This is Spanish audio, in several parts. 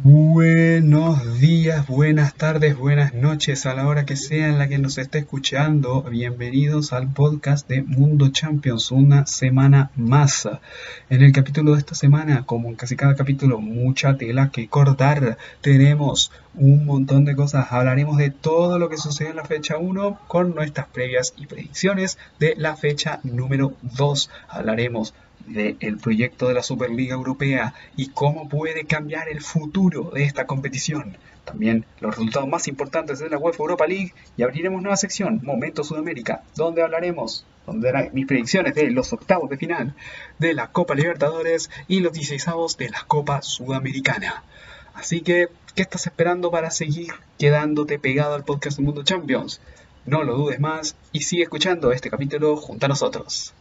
Buenos días, buenas tardes, buenas noches a la hora que sea en la que nos esté escuchando. Bienvenidos al podcast de Mundo Champions, una semana más. En el capítulo de esta semana, como en casi cada capítulo, mucha tela que cortar. Tenemos un montón de cosas. Hablaremos de todo lo que sucedió en la fecha 1 con nuestras previas y predicciones de la fecha número 2. Hablaremos del proyecto de la Superliga Europea y cómo puede cambiar el futuro de esta competición. También los resultados más importantes de la UEFA Europa League y abriremos nueva sección, Momento Sudamérica, donde donde harán mis predicciones de los octavos de final de la Copa Libertadores y los 16avos de la Copa Sudamericana. Así que, ¿qué estás esperando para seguir quedándote pegado al podcast de Mundo Champions? No lo dudes más y sigue escuchando este capítulo junto a nosotros.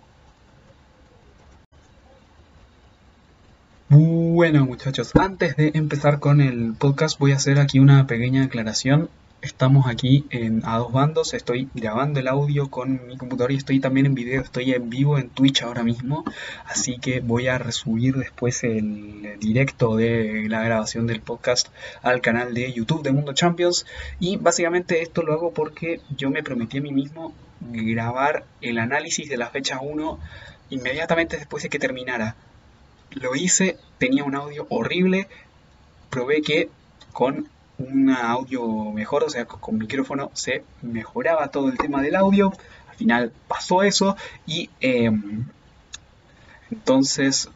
Bueno, muchachos, antes de empezar con el podcast voy a hacer aquí una pequeña aclaración. Estamos aquí a dos bandos, estoy grabando el audio con mi computadora y estoy también en video, estoy en vivo en Twitch ahora mismo, así que voy a resubir después el directo de la grabación del podcast al canal de YouTube de Mundo Champions. Y básicamente esto lo hago porque yo me prometí a mí mismo grabar el análisis de la fecha 1 inmediatamente después de que terminara. Lo hice, tenía un audio horrible, probé que con un audio mejor, o sea, con micrófono se mejoraba todo el tema del audio. Al final pasó eso y entonces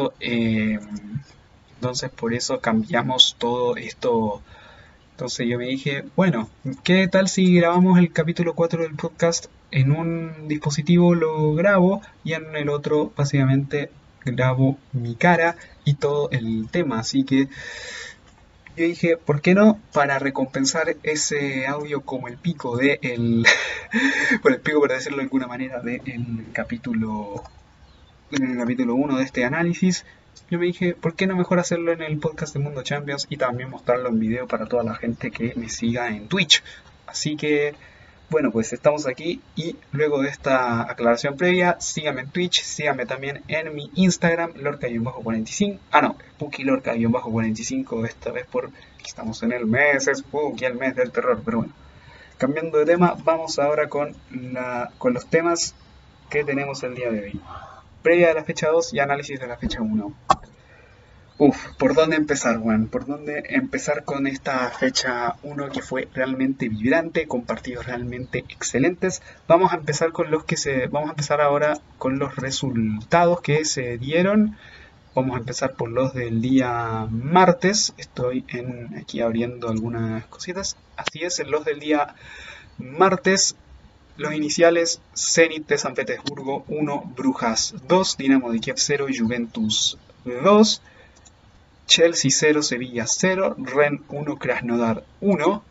por eso cambiamos todo esto. Entonces yo me dije, bueno, ¿qué tal si grabamos el capítulo 4 del podcast en un dispositivo, lo grabo y en el otro básicamente grabo mi cara y todo el tema? Así que yo dije, ¿por qué no? Para recompensar ese audio como el pico de el, por el pico, por decirlo de alguna manera, del capítulo, en el capítulo 1 de este análisis, yo me dije, ¿por qué no mejor hacerlo en el podcast de Mundo Champions y también mostrarlo en video para toda la gente que me siga en Twitch? Así que, bueno, pues estamos aquí y luego de esta aclaración previa, síganme en Twitch, síganme también en mi Instagram, lorca-45, Spooky Lorca-45, esta vez porque estamos en el mes Spooky, el mes del terror, pero bueno. Cambiando de tema, vamos ahora con los temas que tenemos el día de hoy. Previa de la fecha 2 y análisis de la fecha 1. ¿Por dónde empezar, Juan? ¿Por dónde empezar con esta fecha 1 que fue realmente vibrante, con partidos realmente excelentes? Vamos a empezar ahora con los resultados que se dieron. Vamos a empezar por los del día martes. Estoy aquí abriendo algunas cositas. Así es, en los del día martes. Los iniciales: Zenit de San Petersburgo 1, Brujas 2, Dinamo de Kiev 0, Juventus 2, Chelsea 0, Sevilla 0, Rennes 1, Krasnodar 1,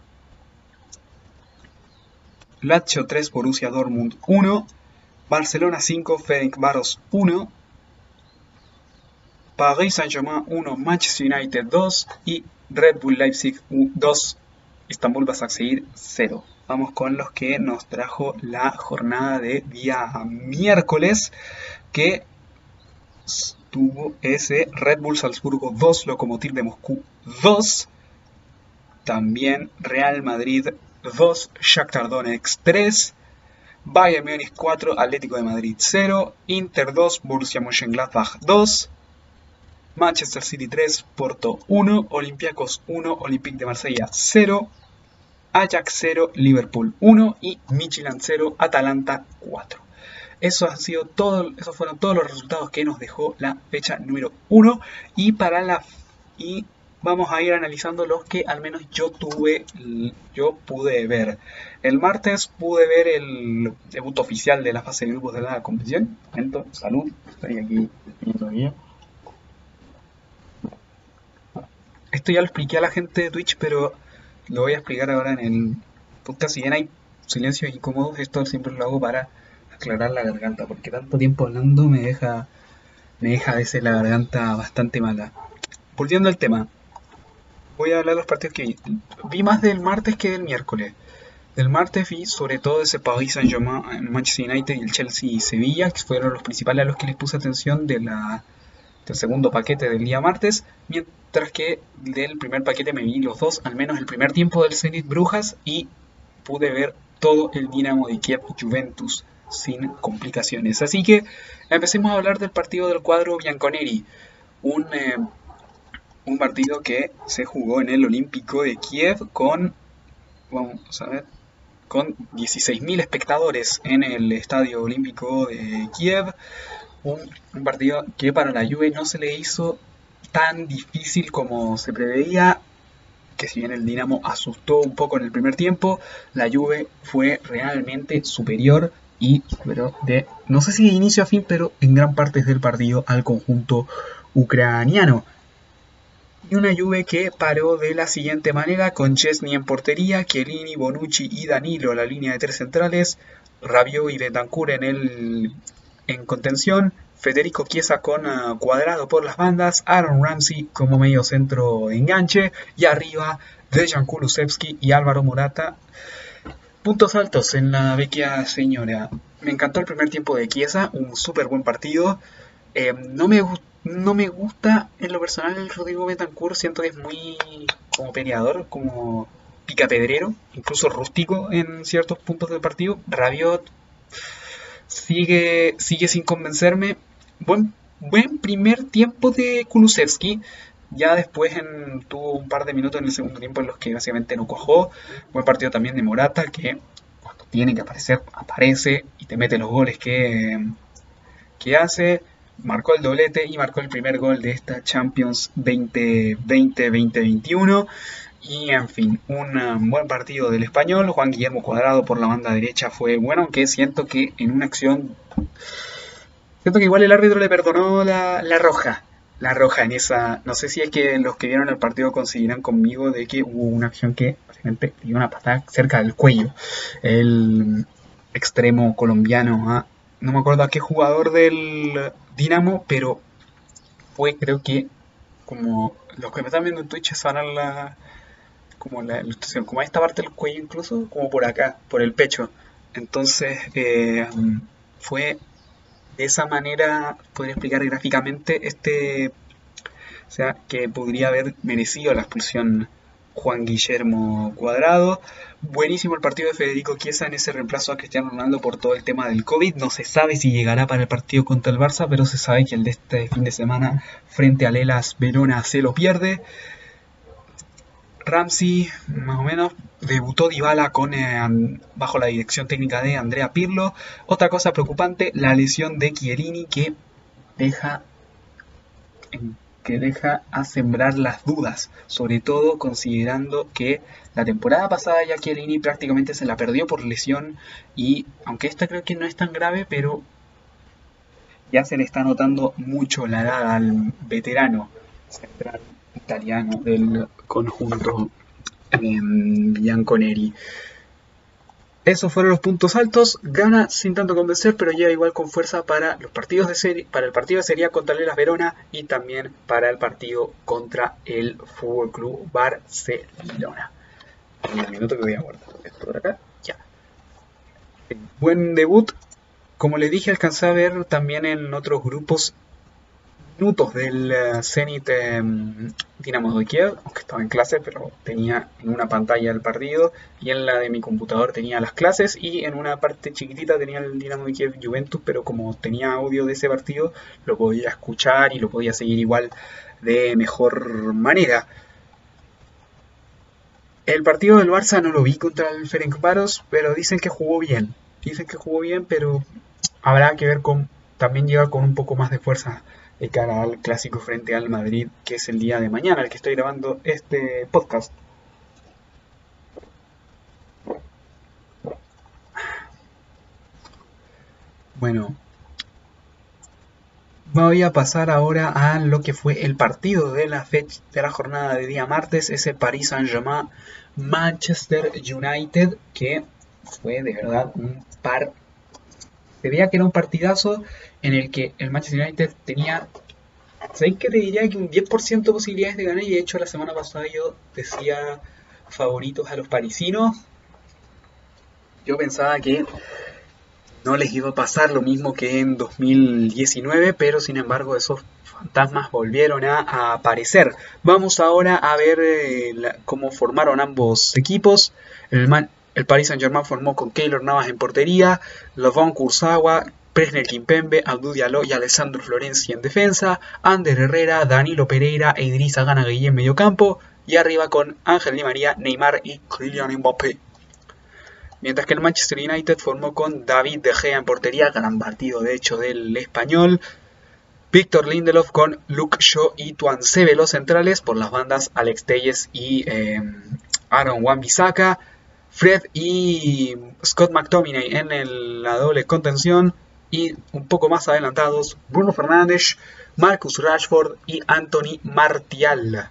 Lazio 3, Borussia Dortmund 1, Barcelona 5, Ferencváros 1, Paris Saint-Germain 1, Manchester United 2 y Red Bull Leipzig 2, Istanbul Başakşehir 0. Vamos con los que nos trajo la jornada de día miércoles, que tuvo ese Red Bull Salzburgo 2, Lokomotiv de Moscú 2, también Real Madrid 2, Shakhtar Donetsk 3, Bayern Múnich 4, Atlético de Madrid 0, Inter 2, Borussia Mönchengladbach 2, Manchester City 3, Porto 1, Olympiacos 1, Olympique de Marsella 0, Ajax 0, Liverpool 1 y Midtjylland 0, Atalanta 4. Esos fueron todos los resultados que nos dejó la fecha número 1 y vamos a ir analizando los que al menos yo pude ver. El martes pude ver el debut oficial de la fase de grupos de la competición. Salud, estoy aquí todavía. Esto ya lo expliqué a la gente de Twitch, pero lo voy a explicar ahora en el podcast. Si bien hay silencios incómodos, esto siempre lo hago para aclarar la garganta, porque tanto tiempo hablando me deja a veces la garganta bastante mala. Volviendo al tema, voy a hablar de los partidos que vi. Vi más del martes que del miércoles. Del martes vi sobre todo ese Paris Saint-Germain, Manchester United y el Chelsea y Sevilla, que fueron los principales a los que les puse atención de del segundo paquete del día martes, mientras que del primer paquete me vi los dos, al menos el primer tiempo del Zenit Brujas, y pude ver todo el Dinamo de Kiev Juventus sin complicaciones. Así que empecemos a hablar del partido del cuadro Bianconeri, un partido que se jugó en el Olímpico de Kiev con, vamos a ver, con 16.000 espectadores en el Estadio Olímpico de Kiev. Un partido que para la Juve no se le hizo tan difícil como se preveía, que si bien el Dinamo asustó un poco en el primer tiempo, la Juve fue realmente superior y superó de, no sé si de inicio a fin, pero en gran parte del partido al conjunto ucraniano. Y una Juve que paró de la siguiente manera, con Chesney en portería, Chiellini, Bonucci y Danilo la línea de tres centrales, Rabiot y Bentancur en contención, Federico Chiesa con Cuadrado por las bandas, Aaron Ramsey como medio centro de enganche, y arriba Dejan Kulusevski y Álvaro Morata. Puntos altos en la vecchia señora. Me encantó el primer tiempo de Chiesa, un súper buen partido. No me gusta en lo personal el Rodrigo Bentancur, siento que es muy como peleador, como picapedrero, incluso rústico en ciertos puntos del partido. Rabiot sigue sin convencerme. Buen primer tiempo de Kulusevski. Ya después tuvo un par de minutos en el segundo tiempo en los que básicamente no cuajó. Buen partido también de Morata, que cuando tiene que aparecer, aparece y te mete los goles que hace. Marcó el doblete y marcó el primer gol de esta Champions 2020-2021. Y en fin, un buen partido del español. Juan Guillermo Cuadrado por la banda derecha fue bueno, aunque siento que en una acción... Siento que igual el árbitro le perdonó la roja. La roja en esa... No sé si es que los que vieron el partido coincidirán conmigo de que hubo una acción que básicamente dio una patada cerca del cuello. El extremo colombiano, no me acuerdo a qué jugador del Dinamo, pero fue, creo que, como los que me están viendo en Twitch sabrán como la ilustración, como a esta parte del cuello incluso, como por acá, por el pecho. Entonces, fue de esa manera, podría explicar gráficamente o sea, que podría haber merecido la expulsión Juan Guillermo Cuadrado. Buenísimo el partido de Federico Chiesa en ese reemplazo a Cristiano Ronaldo por todo el tema del COVID. No se sabe si llegará para el partido contra el Barça, pero se sabe que el de este fin de semana frente al Hellas Verona se lo pierde. Ramsey, más o menos, debutó Dybala bajo la dirección técnica de Andrea Pirlo. Otra cosa preocupante, la lesión de Chiellini que deja a sembrar las dudas, sobre todo considerando que la temporada pasada ya Chiellini prácticamente se la perdió por lesión, y aunque esta creo que no es tan grave, pero ya se le está notando mucho la edad al veterano central italiano del conjunto Bianconeri. Esos fueron los puntos altos. Gana sin tanto convencer, pero llega igual con fuerza para los partidos de serie, para el partido de Serie A contra el Hellas Verona y también para el partido contra el Fútbol Club Barcelona. En un minuto que voy a guardar esto por acá. Ya. Buen debut. Como les dije, alcancé a ver también en otros grupos minutos del Zenit Dinamo de Kiev, aunque estaba en clase, pero tenía en una pantalla el partido y en la de mi computador tenía las clases, y en una parte chiquitita tenía el Dinamo de Kiev Juventus, pero como tenía audio de ese partido lo podía escuchar y lo podía seguir igual de mejor manera. El partido del Barça no lo vi contra el Ferencváros, pero dicen que jugó bien. Pero habrá que ver también llega con un poco más de fuerza de cara al clásico frente al Madrid, que es el día de mañana, el que estoy grabando este podcast. Bueno, voy a pasar ahora a lo que fue el partido de la jornada de día martes, ese Paris Saint-Germain Manchester United, que fue de verdad se veía que era un partidazo en el que el Manchester United tenía, ¿sabéis que te diría que un 10% de posibilidades de ganar? Y de hecho la semana pasada yo decía favoritos a los parisinos. Yo pensaba que no les iba a pasar lo mismo que en 2019, pero sin embargo esos fantasmas volvieron a aparecer. Vamos ahora a ver cómo formaron ambos equipos. El Paris Saint-Germain formó con Keylor Navas en portería, Laurent Kurzawa, Presnel Kimpembe, Abdou Diallo y Alessandro Florenzi en defensa, Ander Herrera, Danilo Pereira e Idrissa Gana Gueye en mediocampo, y arriba con Ángel Di María, Neymar y Kylian Mbappé. Mientras que el Manchester United formó con David De Gea en portería, gran partido de hecho del español, Víctor Lindelof con Luke Shaw y Tuansebe los centrales, por las bandas Alex Telles y Aaron Wan-Bissaka, Fred y Scott McTominay en la doble contención, y un poco más adelantados Bruno Fernández, Marcus Rashford y Anthony Martial.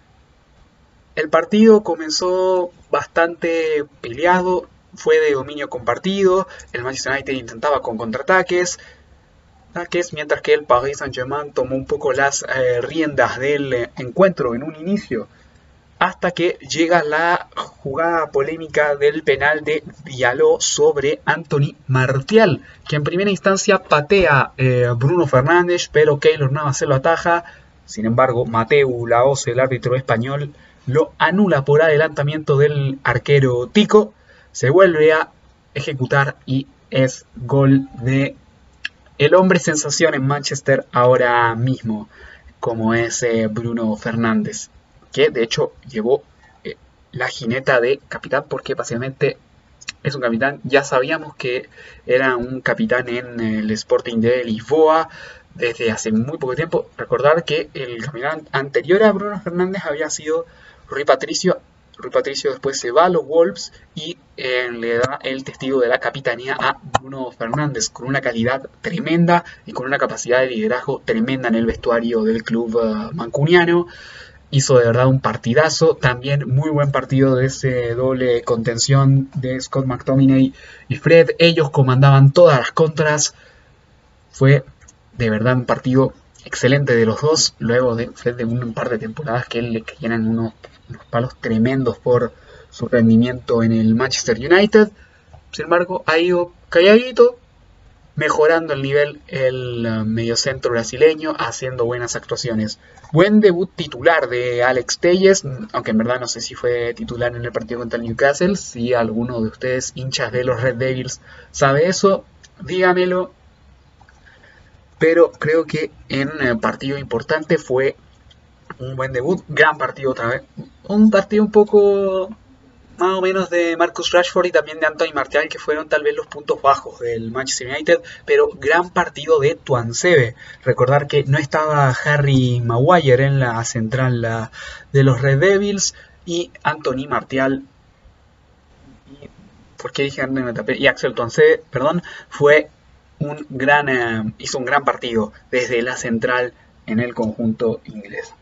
El partido comenzó bastante peleado, fue de dominio compartido, el Manchester United intentaba con contraataques, mientras que el Paris Saint-Germain tomó un poco las riendas del encuentro en un inicio, hasta que llega la jugada polémica del penal de Diallo sobre Anthony Martial, que en primera instancia patea Bruno Fernández, pero Keylor Navas se lo ataja. Sin embargo, Mateu Laoz, el árbitro español, lo anula por adelantamiento del arquero Tico. Se vuelve a ejecutar y es gol de el hombre sensación en Manchester ahora mismo, como es Bruno Fernández, que de hecho llevó la jineta de capitán, porque básicamente es un capitán. Ya sabíamos que era un capitán en el Sporting de Lisboa desde hace muy poco tiempo. Recordar que el capitán anterior a Bruno Fernández había sido Rui Patricio. Rui Patricio después se va a los Wolves y le da el testigo de la capitanía a Bruno Fernández, con una calidad tremenda y con una capacidad de liderazgo tremenda en el vestuario del club mancuniano. Hizo de verdad un partidazo, también muy buen partido de ese doble contención de Scott McTominay y Fred. Ellos comandaban todas las contras. Fue de verdad un partido excelente de los dos, luego de Fred de un par de temporadas que le caían unos palos tremendos por su rendimiento en el Manchester United. Sin embargo, ha ido calladito, mejorando el nivel el mediocentro brasileño, haciendo buenas actuaciones. Buen debut titular de Alex Telles, aunque en verdad no sé si fue titular en el partido contra el Newcastle. Si alguno de ustedes, hinchas de los Red Devils, sabe eso, dígamelo. Pero creo que en el partido importante fue un buen debut, gran partido otra vez. Un partido un poco más o menos de Marcus Rashford y también de Anthony Martial, que fueron tal vez los puntos bajos del Manchester United, pero gran partido de Tuansebe. Recordar que no estaba Harry Maguire en la central de los Red Devils, y Anthony Martial y Axel Tuansebe, hizo un gran partido desde la central en el conjunto inglés.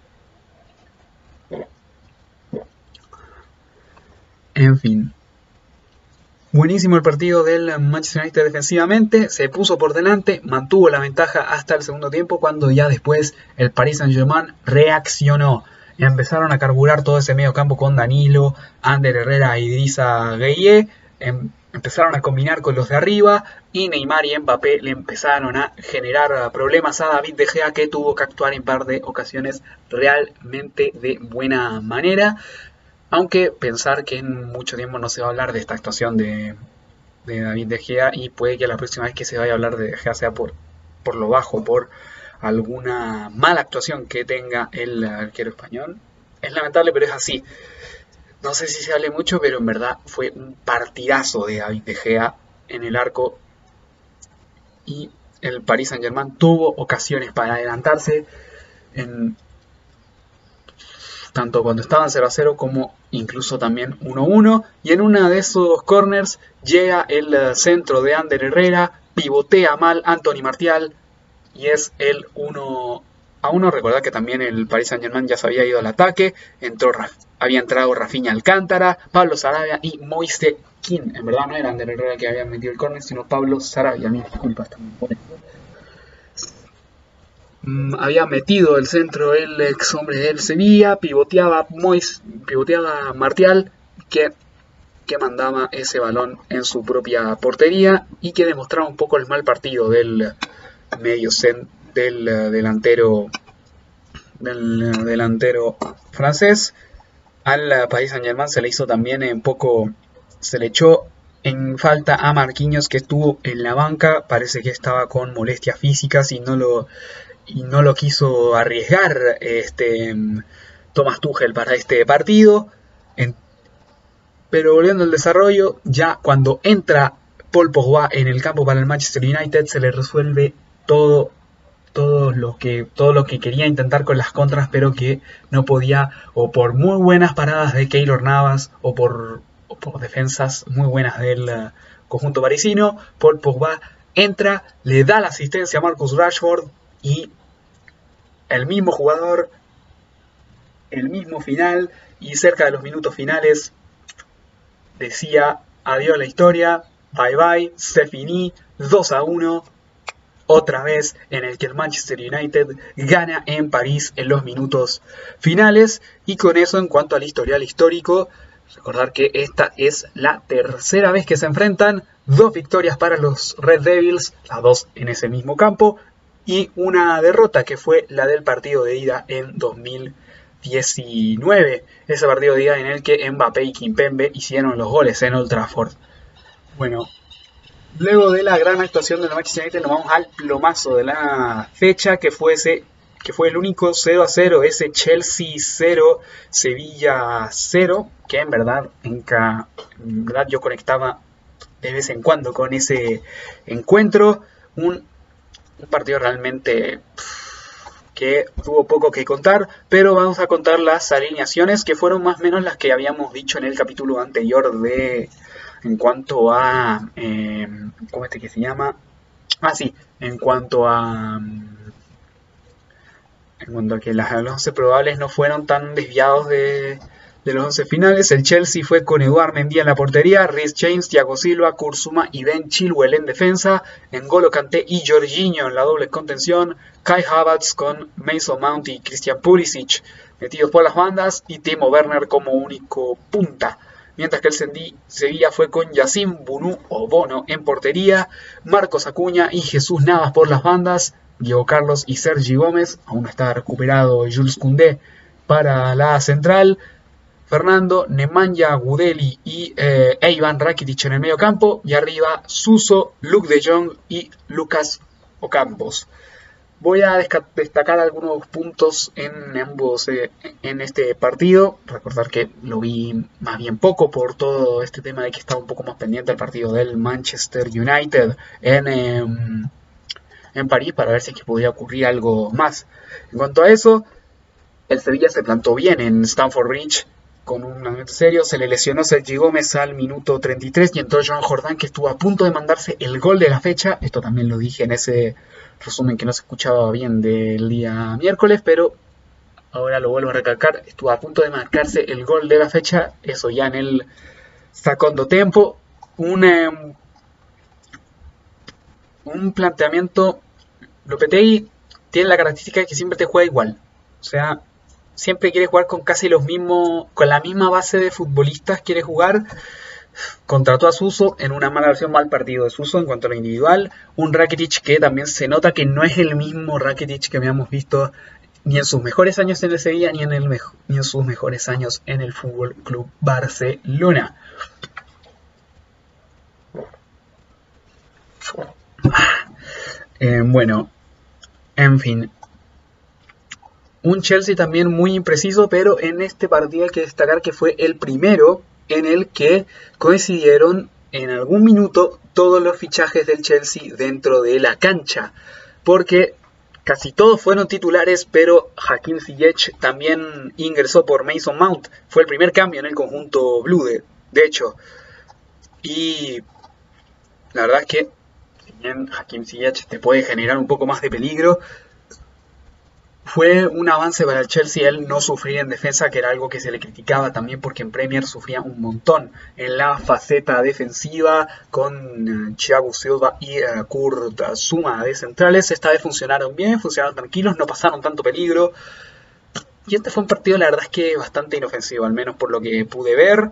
En fin, buenísimo el partido del Manchester United defensivamente, se puso por delante, mantuvo la ventaja hasta el segundo tiempo, cuando ya después el Paris Saint-Germain reaccionó. Empezaron a carburar todo ese medio campo con Danilo, Ander Herrera e Idrissa Gueye. Empezaron a combinar con los de arriba, y Neymar y Mbappé le empezaron a generar problemas a David De Gea, que tuvo que actuar en un par de ocasiones realmente de buena manera. Aunque pensar que en mucho tiempo no se va a hablar de esta actuación de David De Gea, y puede que la próxima vez que se vaya a hablar de De Gea sea por lo bajo, por alguna mala actuación que tenga el arquero español. Es lamentable, pero es así. No sé si se hable mucho, pero en verdad fue un partidazo de David De Gea en el arco, y el Paris Saint-Germain tuvo ocasiones para adelantarse tanto cuando estaban 0-0 como incluso también 1-1, y en una de esos corners llega el centro de Ander Herrera, pivotea mal Anthony Martial y es el 1-1. Recordad que también el Paris Saint-Germain ya se había ido al ataque, había entrado Rafinha Alcántara, Pablo Sarabia y Moise Kean. En verdad no era Ander Herrera que había metido el córner, sino Pablo Sarabia. Mis disculpas también por esto. Había metido el centro el ex hombre del Sevilla, pivoteaba Martial, que mandaba ese balón en su propia portería, y que demostraba un poco el mal partido del delantero del delantero francés. Al Paris Saint-Germain se le hizo también un poco, se le echó en falta a Marquinhos, que estuvo en la banca, parece que estaba con molestias físicas y no lo quiso arriesgar Thomas Tuchel para este partido. Pero volviendo al desarrollo, ya cuando entra Paul Pogba en el campo para el Manchester United, se le resuelve todo lo que quería intentar con las contras, pero que no podía, o por muy buenas paradas de Keylor Navas, o por defensas muy buenas del conjunto parisino. Paul Pogba entra, le da la asistencia a Marcus Rashford, y el mismo jugador, el mismo final, y cerca de los minutos finales decía adiós a la historia, bye bye, c'est fini, 2-1, otra vez en el que el Manchester United gana en París en los minutos finales. Y con eso, en cuanto al historial histórico, recordar que esta es la tercera vez que se enfrentan, 2 victorias para los Red Devils, las 2 en ese mismo campo, y una derrota que fue la del partido de ida en 2019, ese partido de ida en el que Mbappé y Kimpembe hicieron los goles en Old Trafford. Bueno, luego de la gran actuación del Manchester United, nos vamos al plomazo de la fecha, que fue el único 0-0, ese Chelsea 0, Sevilla 0, que en verdad yo conectaba de vez en cuando con ese encuentro. Un partido realmente que tuvo poco que contar, pero vamos a contar las alineaciones, que fueron más o menos las que habíamos dicho en el capítulo anterior en cuanto a ¿cómo que se llama? En cuanto a que los 11 probables no fueron tan desviados de los 11 finales. El Chelsea fue con Eduard Mendy en la portería, Reece James, Thiago Silva, Kurt Zouma y Ben Chilwell en defensa, N'Golo Kanté y Jorginho en la doble contención, Kai Havertz con Mason Mount y Christian Pulisic metidos por las bandas, y Timo Werner como único punta. Mientras que el Sevilla fue con Yacine Bono en portería, Marcos Acuña y Jesús Navas por las bandas, Diego Carlos y Sergi Gómez, aún no está recuperado Jules Koundé para la central, Fernando, Nemanja Gudeli y Ivan Rakitic en el medio campo, y arriba Suso, Luke de Jong y Lucas Ocampos. Voy a destacar algunos puntos en este partido. Recordar que lo vi más bien poco por todo este tema de que estaba un poco más pendiente del partido del Manchester United en París, para ver si es que podía ocurrir algo más. En cuanto a eso, el Sevilla se plantó bien en Stamford Bridge con un momento serio. Se le lesionó Sergi Gómez al minuto 33 y entró Joan Jordán, que estuvo a punto de mandarse el gol de la fecha. Esto también lo dije en ese resumen que no se escuchaba bien del día miércoles, pero ahora lo vuelvo a recalcar. Estuvo a punto de marcarse el gol de la fecha, eso ya en el secondo tempo. Un planteamiento, Lopetegui tiene la característica de que siempre te juega igual. O sea, siempre quiere jugar con casi con la misma base de futbolistas quiere jugar. Contrató a Suso en una mala versión, mal partido de Suso en cuanto a lo individual. Un Rakitic que también se nota que no es el mismo Rakitic que habíamos visto ni en sus mejores años en el Sevilla ni en sus mejores años en el Fútbol Club Barcelona. Bueno, en fin. Un Chelsea también muy impreciso, pero en este partido hay que destacar que fue el primero en el que coincidieron en algún minuto todos los fichajes del Chelsea dentro de la cancha, porque casi todos fueron titulares, pero Hakim Ziyech también ingresó por Mason Mount. Fue el primer cambio en el conjunto blue, de hecho. Y la verdad es que si bien Hakim Ziyech te puede generar un poco más de peligro, fue un avance para el Chelsea el no sufrir en defensa, que era algo que se le criticaba también porque en Premier sufría un montón en la faceta defensiva con Thiago Silva y Kurt Zouma de centrales. Esta vez funcionaron bien, funcionaron tranquilos, no pasaron tanto peligro. Y este fue un partido, la verdad es que bastante inofensivo, al menos por lo que pude ver.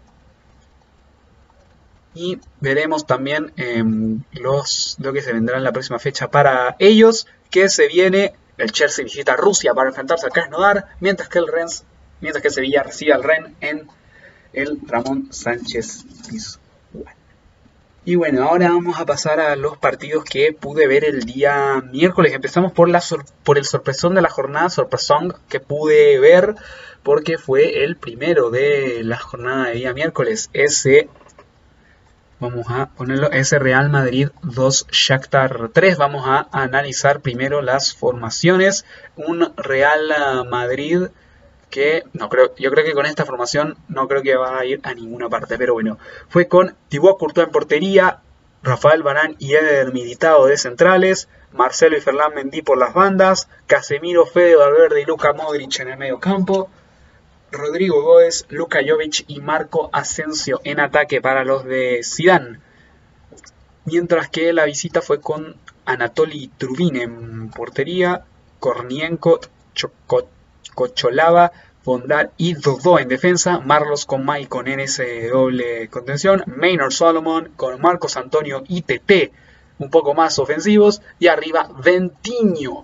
Y veremos también lo que se vendrá en la próxima fecha para ellos, que se viene El Chelsea visita Rusia para enfrentarse al Krasnodar, mientras que el Sevilla recibe al Rennes en el Ramón Sánchez Pizjuán. Y bueno, ahora vamos a pasar a los partidos que pude ver el día miércoles. Empezamos por el sorpresón de la jornada, sorpresón que pude ver porque fue el primero de la jornada de día miércoles. Vamos a ponerlo, ese Real Madrid 2, Shakhtar 3. Vamos a analizar primero las formaciones. Un Real Madrid que yo creo que con esta formación no creo que va a ir a ninguna parte, pero bueno, fue con Thibaut Courtois en portería, Rafael Varane y Eder Militao de centrales, Marcelo y Ferland Mendy por las bandas, Casemiro, Fede Valverde y Luka Modric en el medio campo, Rodrigo Góez, Luka Jovic y Marco Asensio en ataque para los de Zidane, mientras que la visita fue con Anatoly Trubin en portería, Kornienko, Cocholava, Bondar y Dodó en defensa, Marlos con Maicon en ese doble contención, Maynard Solomon con Marcos Antonio y TT un poco más ofensivos, y arriba Ventinho.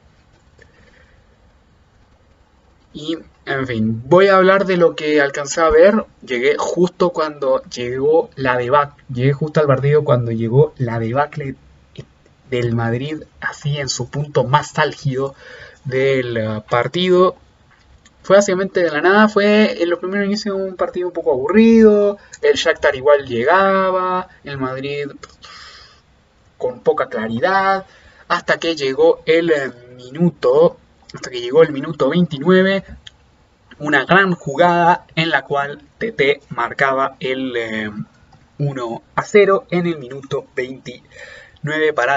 Y en fin, voy a hablar de lo que alcancé a ver. Llegué justo cuando llegó la debacle, llegué justo al partido cuando llegó la debacle del Madrid, así en su punto más álgido del partido. Fue básicamente de la nada, fue en los primeros inicios un partido un poco aburrido, el Shakhtar igual llegaba, el Madrid con poca claridad, hasta que llegó el minuto 29, una gran jugada en la cual TT marcaba el 1-0 en el minuto 29 para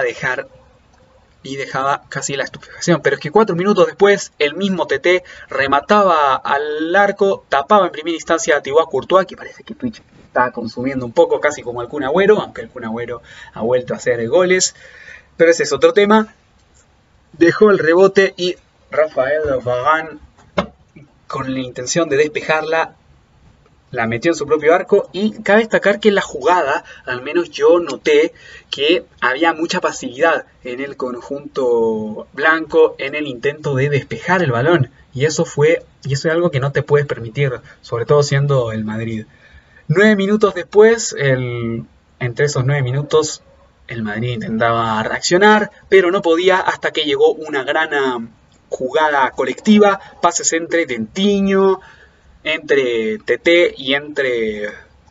dejaba casi la estupefacción. Pero es que 4 minutos después, el mismo TT remataba al arco, tapaba en primera instancia a Thibaut Courtois, que parece que Twitch está consumiendo un poco, casi como el Kun Agüero, aunque el Kun Agüero ha vuelto a hacer goles. Pero ese es otro tema. Dejó el rebote y Rafael Varane, con la intención de despejarla, la metió en su propio arco. Y cabe destacar que en la jugada, al menos yo noté que había mucha pasividad en el conjunto blanco en el intento de despejar el balón, y eso es algo que no te puedes permitir, sobre todo siendo el Madrid. 9 minutos después, entre esos 9 minutos, el Madrid intentaba reaccionar, pero no podía hasta que llegó una gran jugada colectiva, pases entre Ventinho, entre TT y entre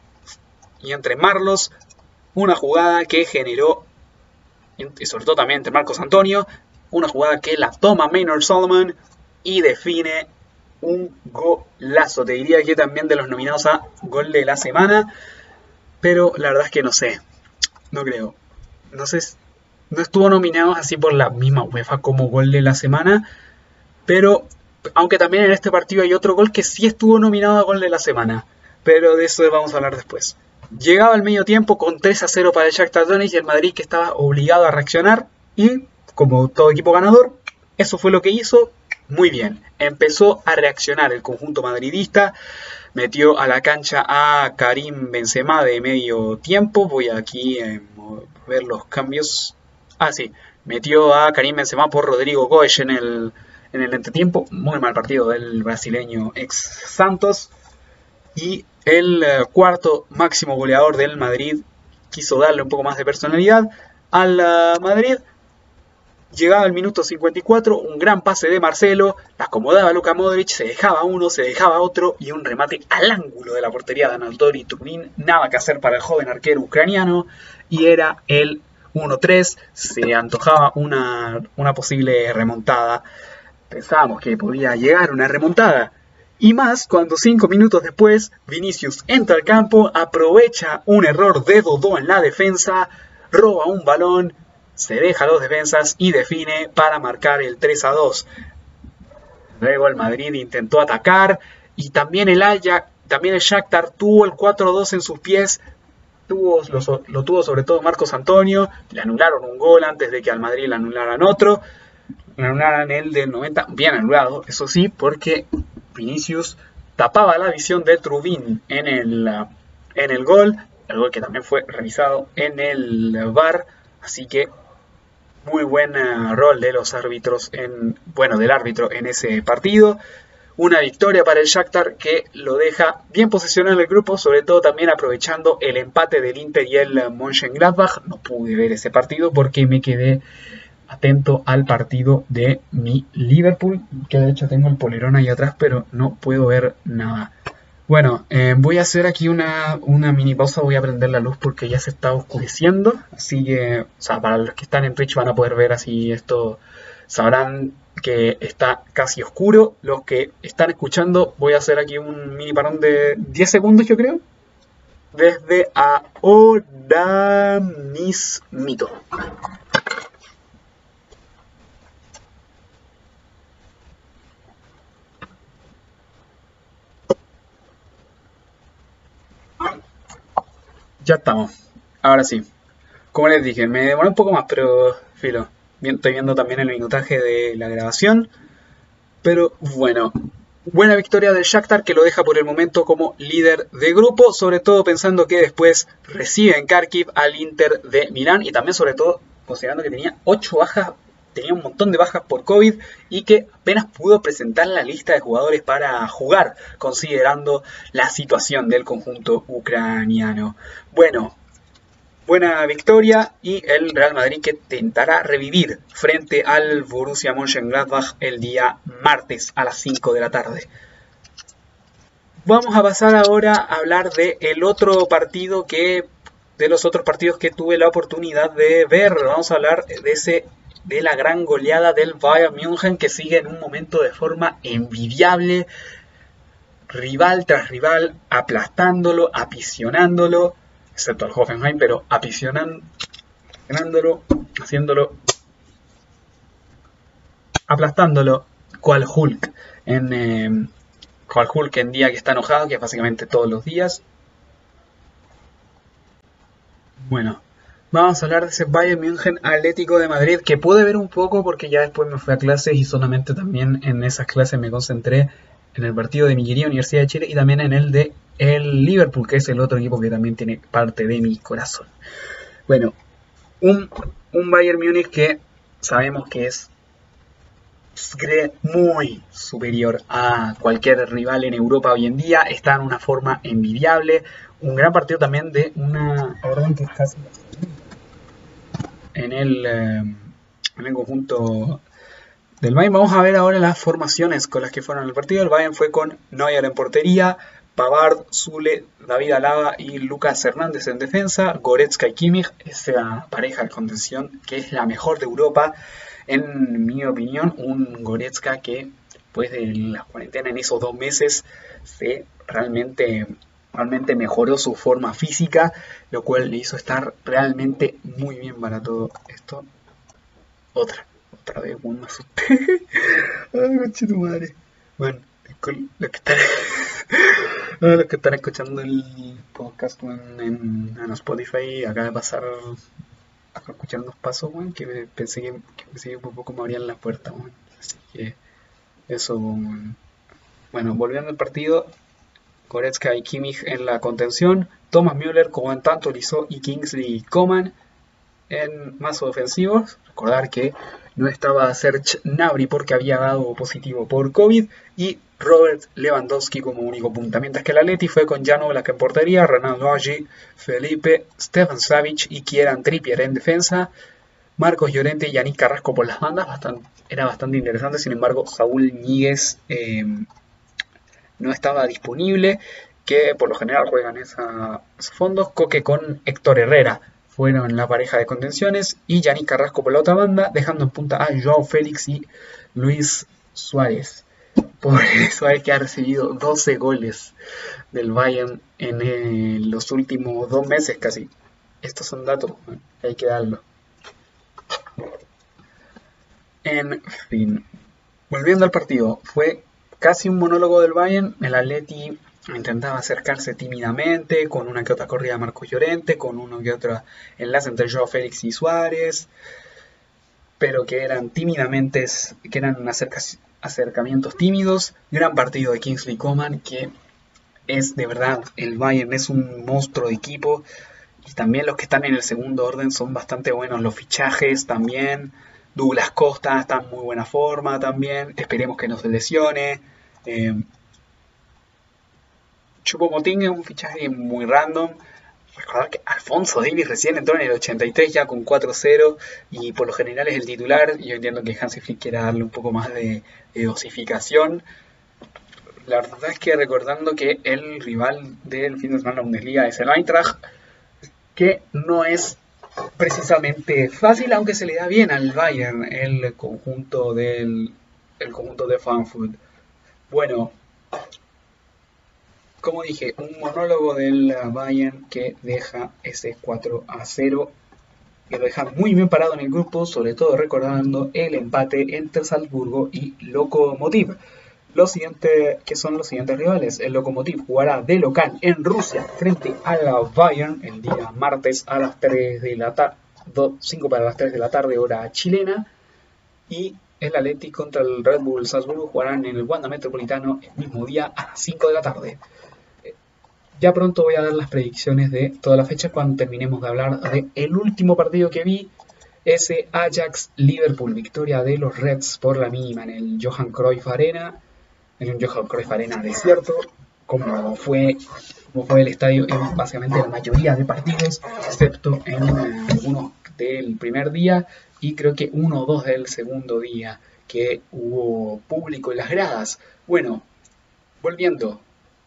Marlos, una jugada que generó, y sobre todo también entre Marcos Antonio, una jugada que la toma Maynard Solomon y define un golazo. Te diría que también de los nominados a gol de la semana, pero la verdad es que no sé, no creo. No sé, no estuvo nominado así por la misma UEFA como gol de la semana, pero aunque también en este partido hay otro gol que sí estuvo nominado a gol de la semana, pero de eso vamos a hablar después. Llegaba el medio tiempo con 3-0 para el Shakhtar Donetsk y el Madrid, que estaba obligado a reaccionar, y como todo equipo ganador, eso fue lo que hizo muy bien. Empezó a reaccionar el conjunto madridista, metió a la cancha a Karim Benzema de medio tiempo. Voy aquí a ver los cambios. Sí, metió a Karim Benzema por Rodrigo Góez en el entretiempo. Muy mal partido del brasileño ex Santos. Y el cuarto máximo goleador del Madrid quiso darle un poco más de personalidad al Madrid. Llegaba el minuto 54, un gran pase de Marcelo, la acomodaba Luka Modric, se dejaba uno, se dejaba otro, y un remate al ángulo de la portería de Anatoly Trubin. Nada que hacer para el joven arquero ucraniano, y era el 1-3. Se antojaba una posible remontada. Pensábamos que podía llegar una remontada. Y más cuando 5 minutos después Vinicius entra al campo, aprovecha un error de Dodó en la defensa, roba un balón, se deja a los defensas y define para marcar el 3-2. Luego el Madrid intentó atacar y también el Shakhtar tuvo el 4-2 en sus pies. Lo tuvo sobre todo Marcos Antonio. Le anularon un gol antes de que al Madrid le anularan otro. Le anularan el del 90, bien anulado, eso sí, porque Vinicius tapaba la visión de Trubin en el gol que también fue revisado en el VAR. Así que muy buen rol de los árbitros del árbitro en ese partido. Una victoria para el Shakhtar que lo deja bien posicionado en el grupo, sobre todo también aprovechando el empate del Inter y el Mönchengladbach. No pude ver ese partido porque me quedé atento al partido de mi Liverpool, que de hecho tengo el polerón ahí atrás, pero no puedo ver nada. Bueno, voy a hacer aquí una mini pausa, voy a prender la luz porque ya se está oscureciendo, así que, o sea, para los que están en Twitch van a poder ver así esto, sabrán que está casi oscuro. Los que están escuchando, voy a hacer aquí un mini parón de 10 segundos, yo creo, desde ahora mismito. Ya estamos, ahora sí. Como les dije, me demoré un poco más, pero filo. Estoy viendo también el minutaje de la grabación. Pero bueno, buena victoria del Shakhtar que lo deja por el momento como líder de grupo, sobre todo pensando que después recibe en Kharkiv al Inter de Milán y también sobre todo considerando que tenía 8 bajas, tenía un montón de bajas por COVID y que apenas pudo presentar la lista de jugadores para jugar, considerando la situación del conjunto ucraniano. Bueno, buena victoria y el Real Madrid que tentará revivir frente al Borussia Mönchengladbach el día martes a las 5 de la tarde. Vamos a pasar ahora a hablar de los otros partidos que tuve la oportunidad de ver. Vamos a hablar de la gran goleada del Bayern München que sigue en un momento de forma envidiable, rival tras rival, aplastándolo, apisionándolo, excepto al Hoffenheim, pero apisionándolo, haciéndolo, aplastándolo, cual Hulk en día que está enojado, que es básicamente todos los días. Bueno, vamos a hablar de ese Bayern München Atlético de Madrid, que pude ver un poco porque ya después me fui a clases y solamente también en esas clases me concentré en el partido de mi querida Universidad de Chile y también en el de el Liverpool, que es el otro equipo que también tiene parte de mi corazón. Bueno, un Bayern Múnich que sabemos que es muy superior a cualquier rival en Europa hoy en día, está en una forma envidiable, un gran partido también de una orden que es casi en el conjunto del Bayern. Vamos a ver ahora las formaciones con las que fueron el partido. El Bayern fue con Neuer en portería, Pavard, Zule, David Alaba y Lucas Hernández en defensa, Goretzka y Kimmich, esa pareja de contención que es la mejor de Europa, en mi opinión. Un Goretzka que después de la cuarentena en esos 2 meses realmente mejoró su forma física, lo cual le hizo estar realmente muy bien para todo esto. Otra vez, me asusté. Ay, coche tu madre. Bueno, los que están escuchando el podcast en Spotify, acaba de pasar acá escuchando los pasos, bueno, que pensé que por poco me abrían la puerta, bueno. Así que eso, bueno, volviendo al partido, Goretzka y Kimmich en la contención, Thomas Müller, como tanto Tolisso y Kingsley Coman en más ofensivos. Recordar que no estaba Serge Gnabry porque había dado positivo por COVID y Robert Lewandowski como único punta, mientras que el Atleti fue con Jan Oblak en portería, Ronaldo Aggi, Felipe, Stefan Savic y Kieran Trippier en defensa, Marcos Llorente y Yannick Carrasco por las bandas. Era bastante interesante, sin embargo Saúl Ñíguez no estaba disponible, que por lo general juegan esos fondos. Coque con Héctor Herrera fueron la pareja de contenciones y Yannick Carrasco por la otra banda, dejando en punta a Joao Félix y Luis Suárez. Pobre Suárez, que ha recibido 12 goles del Bayern en los últimos 2 meses casi. Estos son datos, hay que darlo. En fin, volviendo al partido, fue casi un monólogo del Bayern. El Atleti intentaba acercarse tímidamente, con una que otra corrida de Marcos Llorente, con uno que otro enlace entre Joao Félix y Suárez, pero que eran acercamientos tímidos. Gran partido de Kingsley Coman, que es de verdad, el Bayern es un monstruo de equipo Y también los que están en el segundo orden son bastante buenos. Los fichajes también. Douglas Costa está en muy buena forma también. Esperemos que no se lesione. Eh, Choupo-Moting es un fichaje muy random. Recordar que Alphonso Davies recién entró en el 83 ya con 4-0 y por lo general es el titular. Yo entiendo que Hansi Flick quiera darle un poco más de dosificación. La verdad es que recordando que el rival del fin de semana de la Bundesliga es el Eintracht, que no es precisamente fácil, aunque se le da bien al Bayern el conjunto de Frankfurt. Bueno, como dije, un monólogo del Bayern que deja ese 4-0 y lo deja muy bien parado en el grupo, sobre todo recordando el empate entre Salzburgo y Lokomotiv. Que son los siguientes rivales. El Lokomotiv jugará de local en Rusia frente a la Bayern el día martes a las 3 de la tarde, 5 para las 3 de la tarde, hora chilena. Y el Athletic contra el Red Bull Salzburgo jugarán en el Wanda Metropolitano el mismo día a las 5 de la tarde. Ya pronto voy a dar las predicciones de toda la fecha cuando terminemos de hablar del último partido que vi, ese Ajax-Liverpool, victoria de los Reds por la mínima en el Johan Cruyff Arena, en un Johan Cruyff Arena desierto, como fue el estadio en básicamente la mayoría de partidos, excepto en algunos del primer día y creo que uno o dos del segundo día, que hubo público en las gradas. Bueno, volviendo.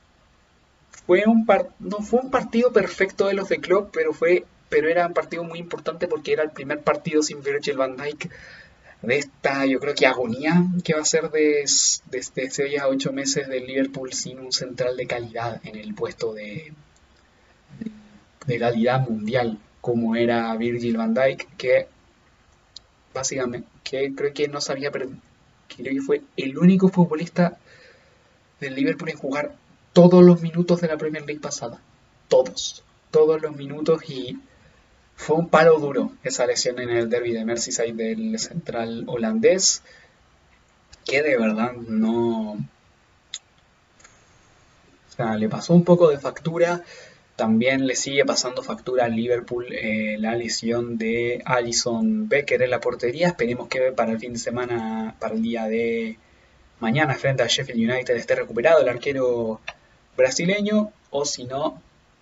No fue un partido perfecto de los de Klopp, pero era un partido muy importante porque era el primer partido sin Virgil van Dijk de esta, yo creo que agonía que va a ser de 6 a 8 meses del Liverpool sin un central de calidad en el puesto de calidad mundial como era Virgil van Dijk, que básicamente creo que no sabía, pero creo que fue el único futbolista del Liverpool en jugar todos los minutos de la Premier League pasada. Todos los minutos, y fue un palo duro esa lesión en el derby de Merseyside del central holandés, que de verdad no... O sea, le pasó un poco de factura. También le sigue pasando factura al Liverpool la lesión de Alisson Becker en la portería. Esperemos que para el fin de semana, para el día de mañana frente a Sheffield United, esté recuperado el arquero brasileño, o si no,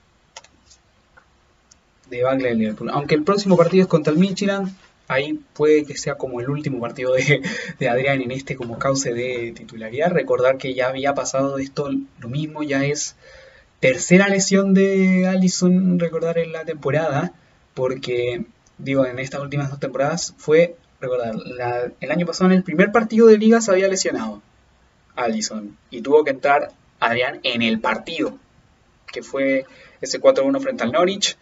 debacle del Liverpool. Aunque el próximo partido es contra el Midtjylland, ahí puede que sea como el último partido de Adrián en este como cauce de titularidad. Recordar que ya había pasado esto, lo mismo, ya es tercera lesión de Alisson, recordar, en la temporada, porque, digo, en estas últimas 2 temporadas fue, recordar, el año pasado en el primer partido de liga se había lesionado Alisson y tuvo que entrar Adrián en el partido, que fue ese 4-1 frente al Norwich.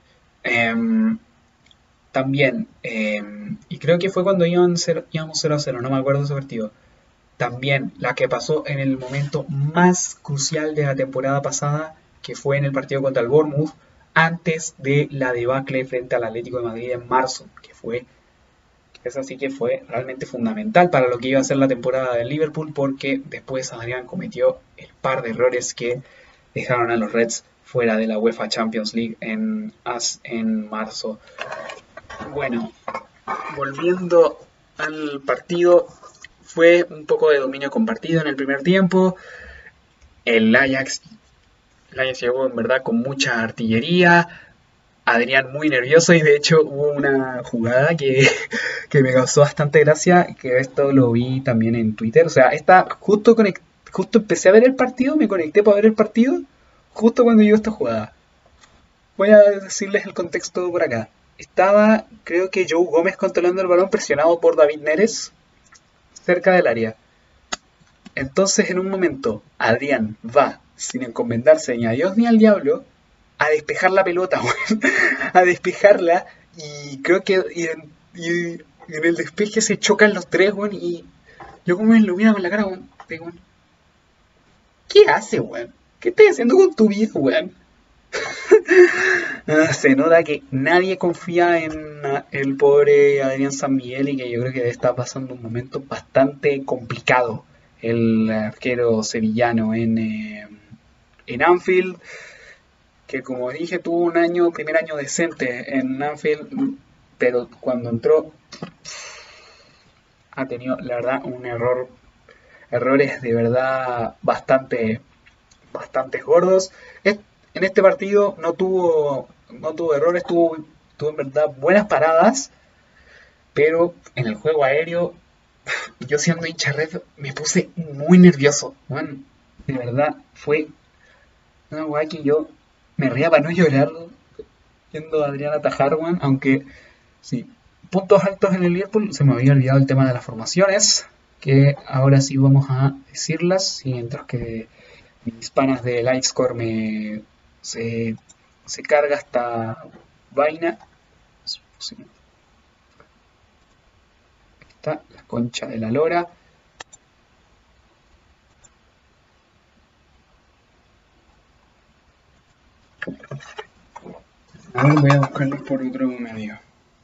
También, y creo que fue cuando íbamos 0-0, no me acuerdo de ese partido. También la que pasó en el momento más crucial de la temporada pasada, que fue en el partido contra el Bournemouth, antes de la debacle frente al Atlético de Madrid en marzo, esa sí que fue realmente fundamental para lo que iba a ser la temporada del Liverpool, porque después Adrián cometió el par de errores que dejaron a los Reds fuera de la UEFA Champions League en marzo. Bueno, volviendo al partido, fue un poco de dominio compartido en el primer tiempo. El Ajax llegó en verdad con mucha artillería. Adrián muy nervioso, y de hecho hubo una jugada que me causó bastante gracia, que esto lo vi también en Twitter. O sea, justo empecé a ver el partido, me conecté para ver el partido, justo cuando llegó esta jugada. Voy a decirles el contexto por acá. Estaba, creo que Joe Gómez controlando el balón, presionado por David Neres, cerca del área. Entonces, en un momento, Adrián va, sin encomendarse ni a Dios ni al diablo, a despejar la pelota, a despejarla, y creo que en el despeje se chocan los tres, y yo como me ilumina con la cara, ¿qué hace, weón? ¿Qué estás haciendo con tu vida, weón? Se nota que nadie confía en el pobre Adrián San Miguel, y que yo creo que está pasando un momento bastante complicado el arquero sevillano en Anfield. que como dije tuvo primer año decente en Anfield, pero cuando entró ha tenido la verdad errores de verdad bastante gordos. En este partido no tuvo errores, tuvo en verdad buenas paradas, pero en el juego aéreo, yo siendo hincha red, me puse muy nervioso. Bueno, de verdad, fue una guay que yo me reía para no llorar viendo a Adrián atajar, weón, aunque sí. Puntos altos en el Liverpool, se me había olvidado el tema de las formaciones, que ahora sí vamos a decirlas, mientras que mis panas de Livescore se carga esta vaina. Sí, está la concha de la lora. Ahora voy a buscarlos por otro medio.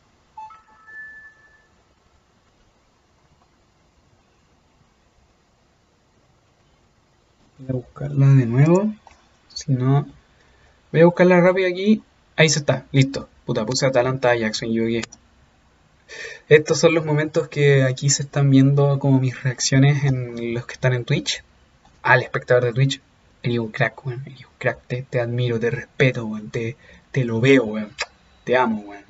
Voy a buscarla de nuevo. Si no, voy a buscarla rápido aquí. Ahí se está, listo. Puta, puse Atalanta Ajax en Yugi. Estos son los momentos que aquí se están viendo como mis reacciones en los que están en Twitch. Al espectador de Twitch, eres un crack, weón. Eres un crack, te admiro, te respeto, weón. Te lo veo, weón. Te amo, weón.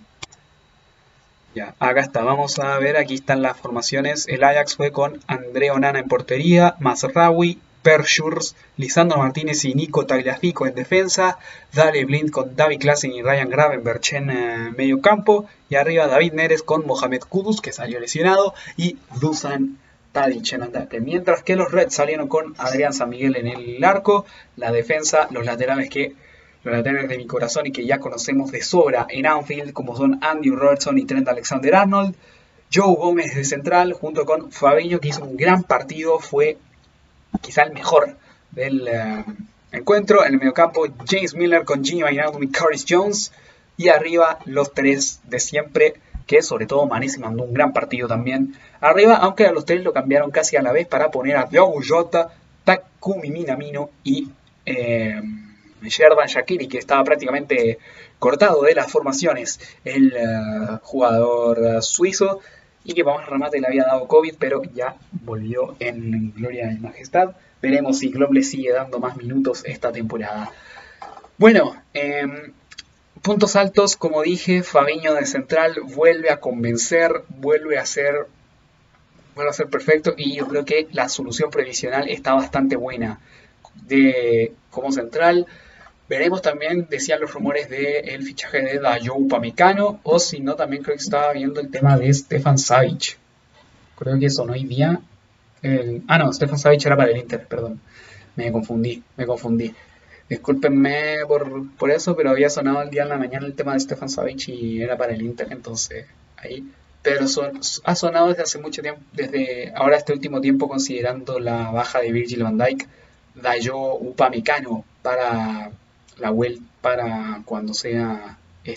Ya, acá está, vamos a ver, aquí están las formaciones. El Ajax fue con André Onana en portería, Mazraoui, Per Schurz, Lisandro Martínez y Nico Tagliafico en defensa, Dale Blind con David Klaassen y Ryan Gravenberch en medio campo, y arriba David Neres con Mohamed Kudus, que salió lesionado, y Dusan Tadic en ataque. Mientras que los Reds salieron con Adrián San Miguel en el arco, la defensa, los laterales de mi corazón y que ya conocemos de sobra en Anfield, como son Andy Robertson y Trent Alexander-Arnold, Joe Gómez de central, junto con Fabinho, que hizo un gran partido, fue quizá el mejor del encuentro. En el mediocampo, James Milner con Gini Wijnaldum y Curtis Jones, y arriba los tres de siempre, que sobre todo Mané se mandó un gran partido también arriba, aunque a los tres lo cambiaron casi a la vez para poner a Diogo Jota, Takumi Minamino y Xherdan Shaqiri, que estaba prácticamente cortado de las formaciones, el jugador suizo, y que vamos a remate le había dado COVID, pero ya volvió en gloria y majestad. Veremos si Klopp le sigue dando más minutos esta temporada. Bueno, puntos altos, como dije, Fabinho de central vuelve a convencer, vuelve a ser perfecto, y yo creo que la solución previsional está bastante buena como central. Veremos también, decían los rumores del fichaje de Dayot Upamecano, o si no, también creo que estaba viendo el tema de Stefan Savic. Creo que sonó hoy día. No, Stefan Savic era para el Inter, perdón. Me confundí. Discúlpenme por eso, pero había sonado el día en la mañana el tema de Stefan Savic y era para el Inter, entonces ahí. Pero ha sonado desde hace mucho tiempo, desde ahora este último tiempo, considerando la baja de Virgil van Dijk, Dayot Upamecano para la vuelta, para cuando sea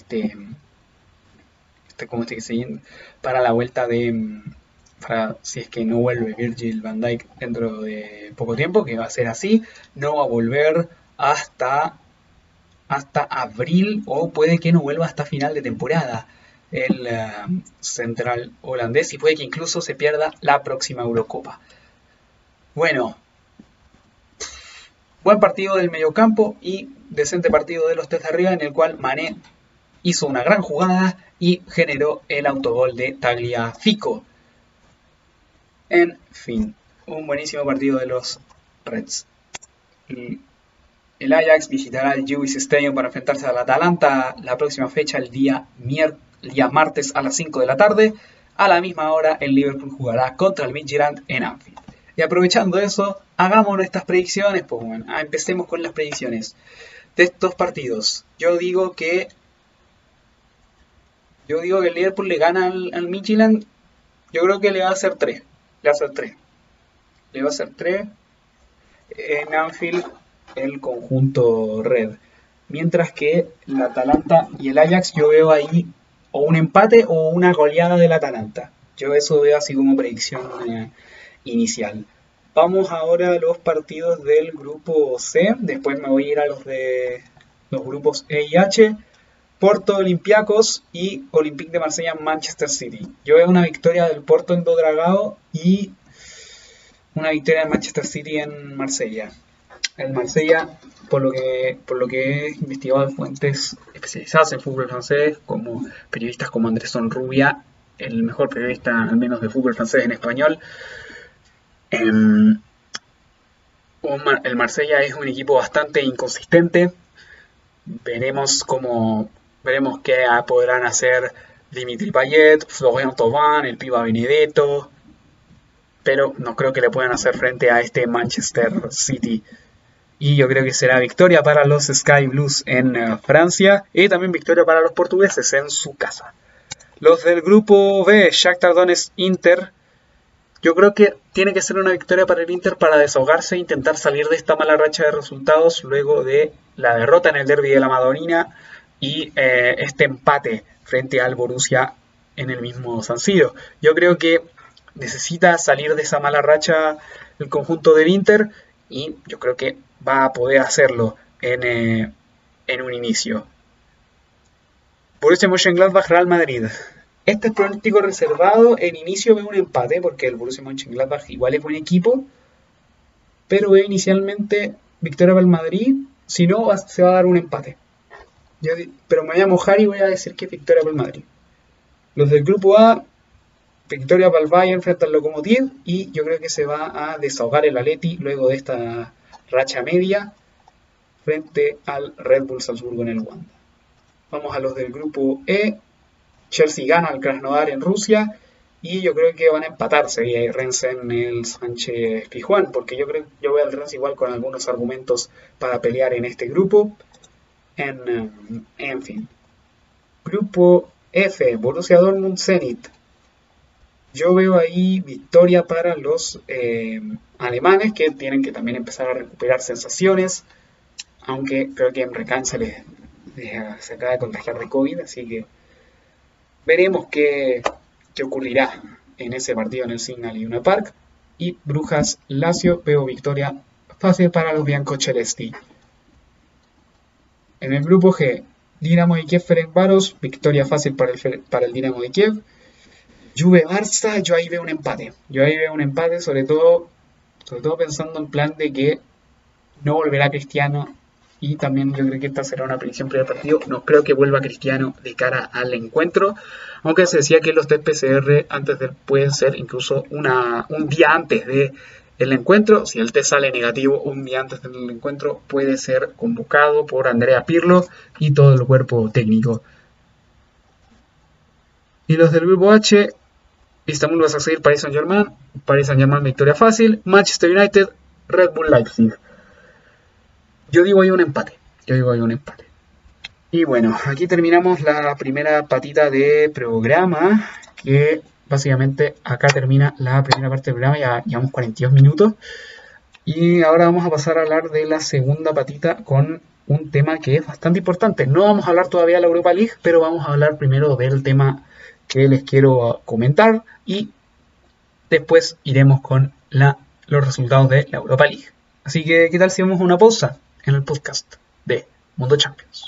para la vuelta si es que no vuelve Virgil van Dijk dentro de poco tiempo, que va a ser así, no va a volver hasta abril, o puede que no vuelva hasta final de temporada el central holandés, y puede que incluso se pierda la próxima Eurocopa. Bueno, buen partido del mediocampo y decente partido de los tres de arriba, en el cual Mané hizo una gran jugada y generó el autogol de Tagliafico. En fin, un buenísimo partido de los Reds. El Ajax visitará el Lewis Stadium para enfrentarse al Atalanta la próxima fecha, el día martes a las 5 de la tarde. A la misma hora, el Liverpool jugará contra el Midtjylland en Anfield. Y aprovechando eso, hagamos nuestras predicciones. Pues bueno, empecemos con las predicciones de estos partidos. Yo digo que el Liverpool le gana al Midtjylland. Yo creo que le va a hacer 3. Le va a hacer 3 en Anfield el conjunto red. Mientras que el Atalanta y el Ajax, yo veo ahí o un empate o una goleada del Atalanta. Yo eso veo así como predicción inicial. Vamos ahora a los partidos del grupo C. Después me voy a ir a los de los grupos E y H, Porto, Olympiacos y Olympique de Marsella, Manchester City. Yo veo una victoria del Porto en Dodragao y una victoria del Manchester City en Marsella. El Marsella, por lo que he investigado en fuentes especializadas en fútbol francés, como periodistas como Andrés Sonrubia, el mejor periodista al menos de fútbol francés en español, el Marsella es un equipo bastante inconsistente. Veremos qué podrán hacer Dimitri Payet, Florian Thauvin, el Piva Benedetto, pero no creo que le puedan hacer frente a este Manchester City. Y yo creo que será victoria para los Sky Blues en Francia y también victoria para los portugueses en su casa. Los del grupo B, Shakhtar Donetsk, Inter. Yo creo que tiene que ser una victoria para el Inter para desahogarse e intentar salir de esta mala racha de resultados luego de la derrota en el derbi de la Madonina y este empate frente al Borussia en el mismo San Siro. Yo creo que necesita salir de esa mala racha el conjunto del Inter y yo creo que va a poder hacerlo en un inicio. Borussia Mönchengladbach, Real Madrid. Este es pronóstico reservado. En inicio veo un empate porque el Borussia Mönchengladbach igual es buen equipo, pero veo inicialmente victoria para el Madrid. Si no, se va a dar un empate. Pero me voy a mojar y voy a decir que es victoria para el Madrid. Los del grupo A, victoria para el Bayern frente al Lokomotiv y yo creo que se va a desahogar el Atleti luego de esta racha media frente al Red Bull Salzburgo en el Wanda. Vamos a los del grupo E. Chelsea gana al Krasnodar en Rusia y yo creo que van a empatarse y Rennes en el Sánchez Pizjuán, porque yo veo al Rennes igual con algunos argumentos para pelear en este grupo. En fin. Grupo F, Borussia Dortmund, Zenit. Yo veo ahí victoria para los alemanes, que tienen que también empezar a recuperar sensaciones, aunque creo que en Recan se acaba de contagiar de COVID, así que veremos qué ocurrirá en ese partido en el Signal Iduna Park. Y Brujas Lazio, veo victoria fácil para los biancocelesti. En el grupo G, Dinamo de Kiev, Ferencváros, victoria fácil para el Dinamo de Kiev. Juve Barça, yo ahí veo un empate. Sobre todo pensando en plan de que no volverá Cristiano. Y también yo creo que esta será una predicción primer partido. No creo que vuelva Cristiano de cara al encuentro. Aunque se decía que los test PCR pueden ser incluso un día antes del encuentro. Si el test sale negativo un día antes del encuentro, puede ser convocado por Andrea Pirlo y todo el cuerpo técnico. Y los del grupo H, Istanbul vas a seguir Paris Saint-Germain, victoria fácil. Manchester United, Red Bull Leipzig. Yo digo ahí un empate. Y bueno, aquí terminamos la primera patita de programa, que básicamente acá termina la primera parte del programa, ya llevamos 42 minutos. Y ahora vamos a pasar a hablar de la segunda patita con un tema que es bastante importante. No vamos a hablar todavía de la Europa League, pero vamos a hablar primero del tema que les quiero comentar y después iremos con los resultados de la Europa League. Así que, ¿qué tal si vamos a una pausa en el podcast de Mundo Champions?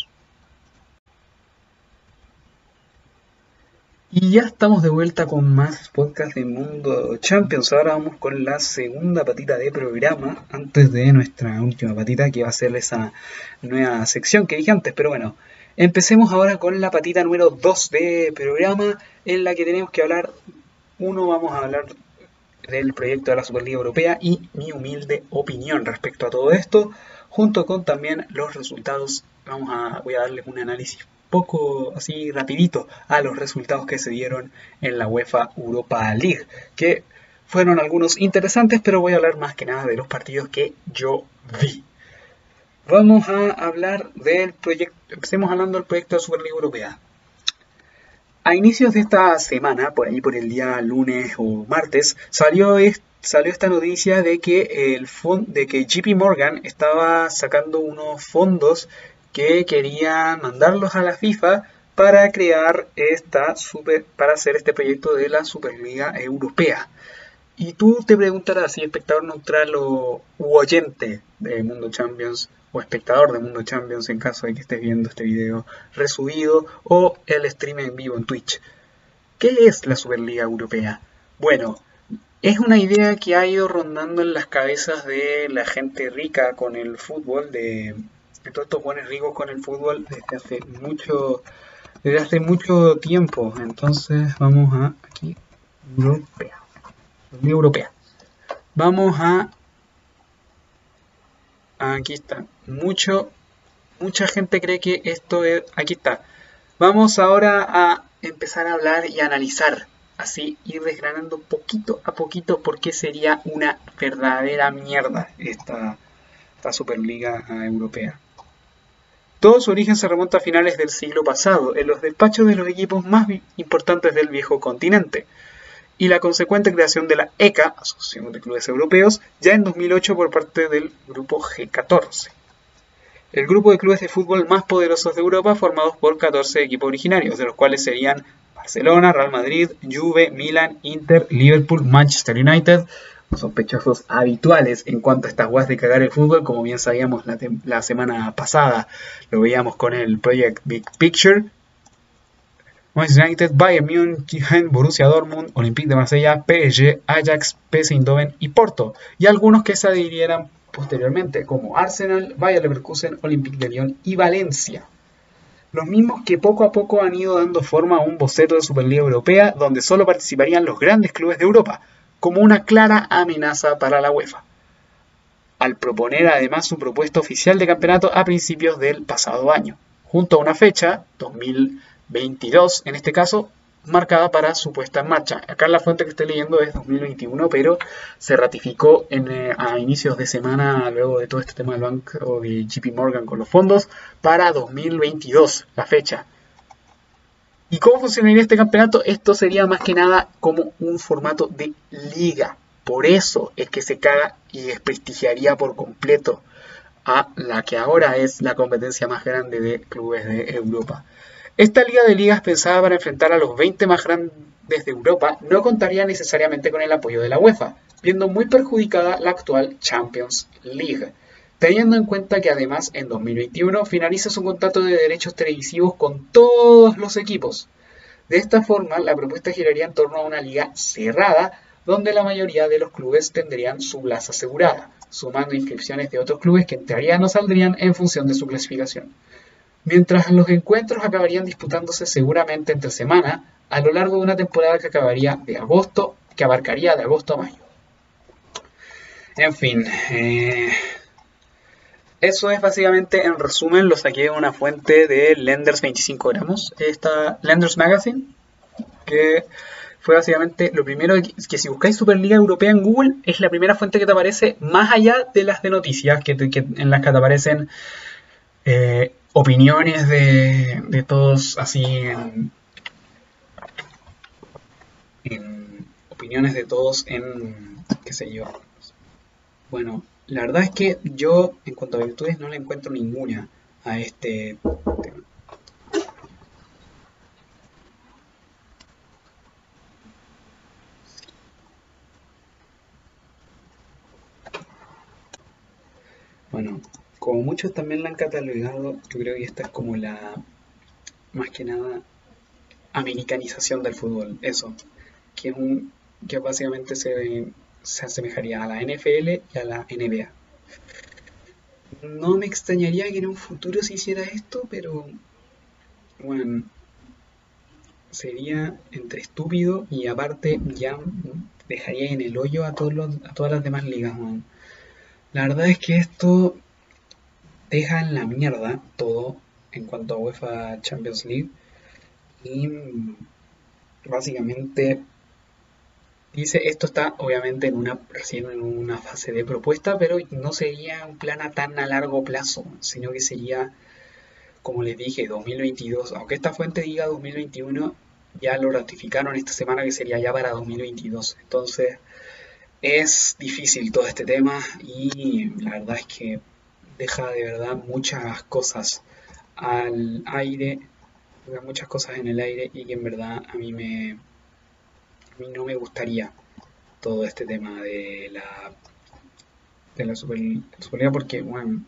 Y ya estamos de vuelta con más podcast de Mundo Champions. Ahora vamos con la segunda patita de programa, antes de nuestra última patita, que va a ser esa nueva sección que dije antes. Pero bueno, empecemos ahora con la patita número 2 de programa, en la que tenemos que hablar. Vamos a hablar del proyecto de la Superliga Europea y mi humilde opinión respecto a todo esto, junto con también los resultados. Voy a darles un análisis poco así rapidito a los resultados que se dieron en la UEFA Europa League, que fueron algunos interesantes, pero voy a hablar más que nada de los partidos que yo vi. Vamos a hablar del proyecto. Empecemos hablando del proyecto de Superliga Europea. A inicios de esta semana, por ahí por el día lunes o martes, salió esta noticia de que JP Morgan estaba sacando unos fondos que querían mandarlos a la FIFA para crear para hacer este proyecto de la Superliga Europea. Y tú te preguntarás si espectador neutral o u oyente de Mundo Champions o espectador de Mundo Champions en caso de que estés viendo este video resubido o el stream en vivo en Twitch. ¿Qué es la Superliga Europea? Bueno, es una idea que ha ido rondando en las cabezas de la gente rica con el fútbol, de todos estos buenos ricos con el fútbol desde hace mucho tiempo. Entonces vamos a aquí, Europea, Liga Europea. Vamos a, aquí está, mucha gente cree que esto es, aquí está. Vamos ahora a empezar a hablar y a analizar, así ir desgranando poquito a poquito por qué sería una verdadera mierda esta Superliga Europea. Todo su origen se remonta a finales del siglo pasado, en los despachos de los equipos más importantes del viejo continente, y la consecuente creación de la ECA, Asociación de Clubes Europeos, ya en 2008 por parte del grupo G14. El grupo de clubes de fútbol más poderosos de Europa, formados por 14 equipos originarios, de los cuales serían Barcelona, Real Madrid, Juve, Milan, Inter, Liverpool, Manchester United, sospechosos habituales en cuanto a estas guas de cagar el fútbol, como bien sabíamos la semana pasada, lo veíamos con el Project Big Picture. Manchester United, Bayern München, Borussia Dortmund, Olympique de Marsella, PSG, Ajax, PSV Eindhoven y Porto, y algunos que se adhirieran posteriormente, como Arsenal, Bayer Leverkusen, Olympique de Lyon y Valencia. Los mismos que poco a poco han ido dando forma a un boceto de Superliga Europea donde solo participarían los grandes clubes de Europa, como una clara amenaza para la UEFA, al proponer además su propuesta oficial de campeonato a principios del pasado año, junto a una fecha, 2022 en este caso, marcada para su puesta en marcha. Acá la fuente que estoy leyendo es 2021, pero se ratificó a inicios de semana, luego de todo este tema del banco de JP Morgan con los fondos, para 2022, la fecha. ¿Y cómo funcionaría este campeonato? Esto sería más que nada como un formato de liga. Por eso es que se caga y desprestigiaría por completo a la que ahora es la competencia más grande de clubes de Europa. Esta liga de ligas pensada para enfrentar a los 20 más grandes de Europa no contaría necesariamente con el apoyo de la UEFA, viendo muy perjudicada la actual Champions League, teniendo en cuenta que además en 2021 finaliza su contrato de derechos televisivos con todos los equipos. De esta forma, la propuesta giraría en torno a una liga cerrada, donde la mayoría de los clubes tendrían su plaza asegurada, sumando inscripciones de otros clubes que entrarían o saldrían en función de su clasificación. Mientras los encuentros acabarían disputándose seguramente entre semana, a lo largo de una temporada que abarcaría de agosto a mayo. En fin, eso es básicamente, en resumen, lo saqué de una fuente de Lenders 25 gramos, esta Lenders Magazine, que fue básicamente lo primero que si buscáis Superliga Europea en Google, es la primera fuente que te aparece, más allá de las de noticias, en las que te aparecen opiniones de todos, así opiniones de todos en, qué sé yo. Bueno, la verdad es que yo, en cuanto a virtudes, no le encuentro ninguna a este tema. Bueno, como muchos también la han catalogado, yo creo que esta es como la, más que nada, americanización del fútbol. Eso, que básicamente se asemejaría a la NFL y a la NBA. No me extrañaría que en un futuro se hiciera esto, pero bueno, sería entre estúpido y aparte ya dejaría en el hoyo a todas las demás ligas, man. La verdad es que esto deja en la mierda todo en cuanto a UEFA Champions League y básicamente dice, esto está obviamente recién en una fase de propuesta, pero no sería un plan a tan a largo plazo, sino que sería, como les dije, 2022. Aunque esta fuente diga 2021, ya lo ratificaron esta semana que sería ya para 2022. Entonces, es difícil todo este tema y la verdad es que deja de verdad muchas cosas al aire, muchas cosas en el aire y que en verdad a mí no me gustaría. todo este tema de la Superliga, porque, bueno,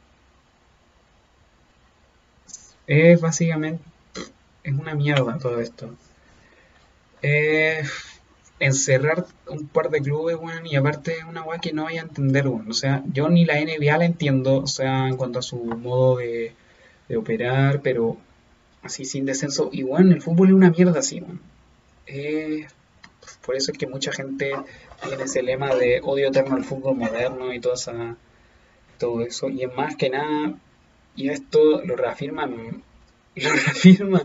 es básicamente, es una mierda todo esto. Es encerrar un par de clubes, weón, y aparte es una weá que no vaya a entender, weón. O sea, yo ni la NBA la entiendo, o sea, en cuanto a su modo de operar, pero así sin descenso. Y bueno, el fútbol es una mierda así, weón. Eh, por eso es que mucha gente tiene ese lema de odio eterno al fútbol moderno y todo eso. Y es más que nada, y esto lo reafirma,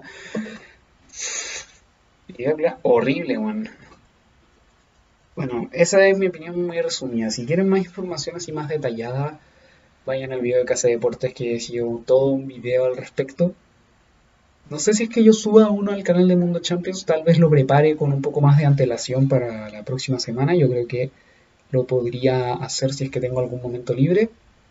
y habla horrible, weón. Bueno, esa es mi opinión muy resumida. Si quieren más información así más detallada, vayan al video de Casa de Deportes que sido todo un video al respecto. No sé si es que yo suba uno al canal de Mundo Champions, tal vez lo prepare con un poco más de antelación para la próxima semana. Yo creo que lo podría hacer si es que tengo algún momento libre.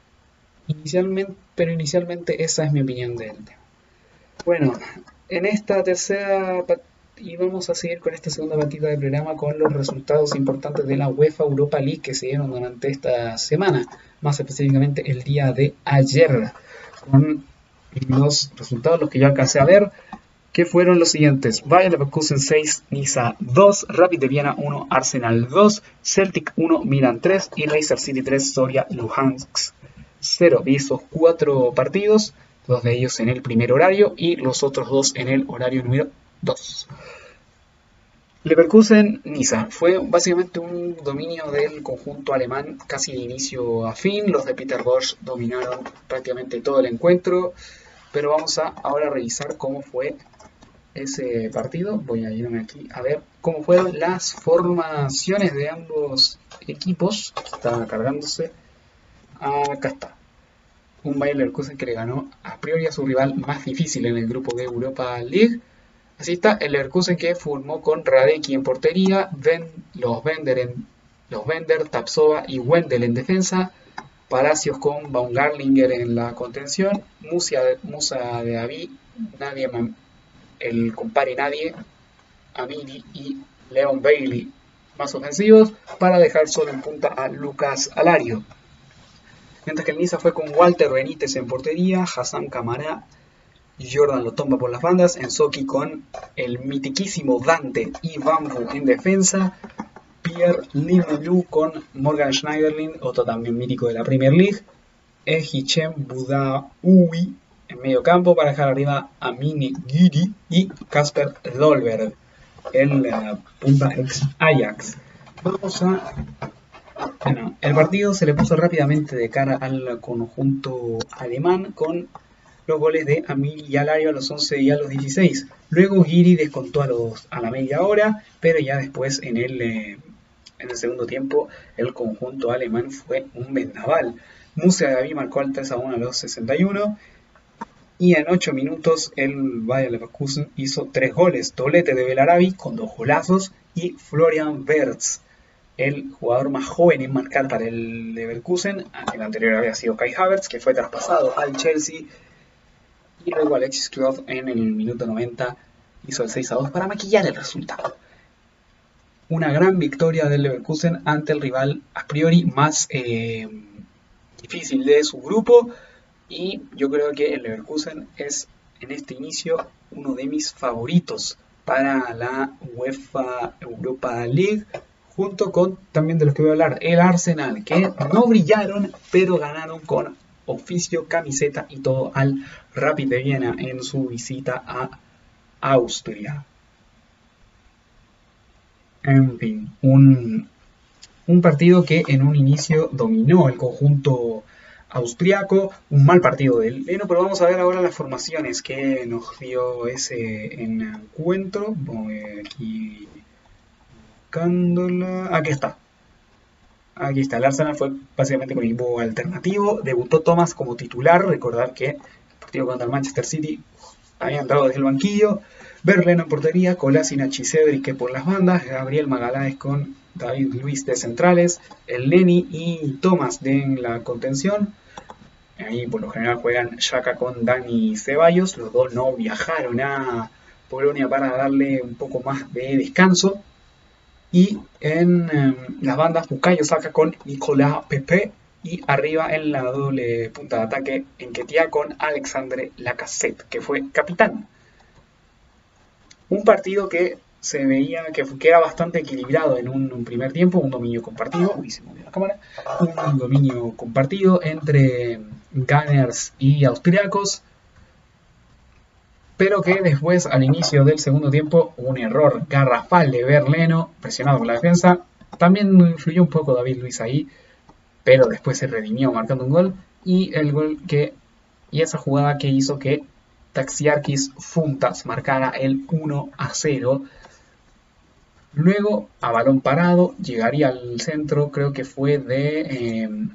Pero inicialmente esa es mi opinión del tema. Bueno, en esta y vamos a seguir con esta segunda partida del programa con los resultados importantes de la UEFA Europa League que se dieron durante esta semana, más específicamente el día de ayer, con los resultados, los que yo alcancé a ver, que fueron los siguientes: Bayer Leverkusen 6, Niza 2, Rapid de Viena 1, Arsenal 2, Celtic 1, Milan 3 y Leicester City 3, Soria Luhansk 0. Vi esos 4 partidos, 2 de ellos en el primer horario y los otros 2 en el horario número 2. Leverkusen-Niza fue básicamente un dominio del conjunto alemán casi de inicio a fin. Los de Peter Bosz dominaron prácticamente todo el encuentro, pero vamos a ahora revisar cómo fue ese partido. Voy a irme aquí a ver cómo fueron las formaciones de ambos equipos. Está cargándose. Acá está. Un Bayer Leverkusen que le ganó a priori a su rival más difícil en el grupo de Europa League. Así está el Leverkusen, que formó con Radecki en portería, los Bender, Tapsova y Wendel en defensa, Palacios con Baumgartlinger en la contención, Musa de David, el compare nadie, Amiri y Leon Bailey más ofensivos, para dejar solo en punta a Lucas Alario. Mientras que el Niza fue con Walter Benítez en portería, Hassan Camara y Jordan Lotomba por las bandas, Enzoki con el mitiquísimo Dante y Bambu en defensa, Pierre Limelu con Morgan Schneiderlin, otro también mítico de la Premier League, Hichem Boudaoui en medio campo para dejar arriba a Mini Giri y Kasper Dolberg, el punta ex Ajax. Bueno, el partido se le puso rápidamente de cara al conjunto alemán con los goles de Amil y Alario a los 11 y a los 16. Luego Giri descontó a la media hora, pero ya después en el segundo tiempo el conjunto alemán fue un vendaval. Musa David marcó el 3-1 a los 61 y en 8 minutos el Bayer Leverkusen hizo 3 goles, doblete de Belarabi con 2 golazos y Florian Wirtz, el jugador más joven en marcar para el Leverkusen. El anterior había sido Kai Havertz, que fue traspasado al Chelsea. Y luego Alexis Krug en el minuto 90 hizo el 6-2 para maquillar el resultado. Una gran victoria del Leverkusen ante el rival a priori más difícil de su grupo. Y yo creo que el Leverkusen es en este inicio uno de mis favoritos para la UEFA Europa League. Junto con, también de los que voy a hablar, el Arsenal, que no brillaron, pero ganaron con oficio, camiseta y todo al Rapid de Viena en su visita a Austria. En fin, un partido que en un inicio dominó el conjunto austriaco, un mal partido del Leno, pero vamos a ver ahora las formaciones que nos dio ese encuentro. Voy aquí buscándola. Aquí está. El Arsenal fue básicamente con equipo alternativo. Debutó Thomas como titular. Recordar que el partido contra el Manchester City había entrado desde el banquillo. Verleno en portería, Kolasinac y Cedric por las bandas, Gabriel Magaláes con David Luiz de centrales, el Leni y Thomas en la contención. Ahí por lo general juegan Xhaka con Dani Ceballos. Los dos no viajaron a Polonia para darle un poco más de descanso. Y en las bandas, Bukayo Saka con Nicolas Pepe. Y arriba en la doble punta de ataque, Nketiah con Alexandre Lacazette, que fue capitán. Un partido que se veía que era bastante equilibrado en un primer tiempo, un dominio compartido. Uy, se movió la cámara. Un dominio compartido entre Gunners y austriacos. Pero que después, al inicio del segundo tiempo, un error garrafal de Berleno, presionado por la defensa. También influyó un poco David Luiz ahí, pero después se redimió marcando un gol. Y esa jugada que hizo que Taxiarchis Funtas marcara el 1-0. Luego, a balón parado, llegaría al centro, creo que fue del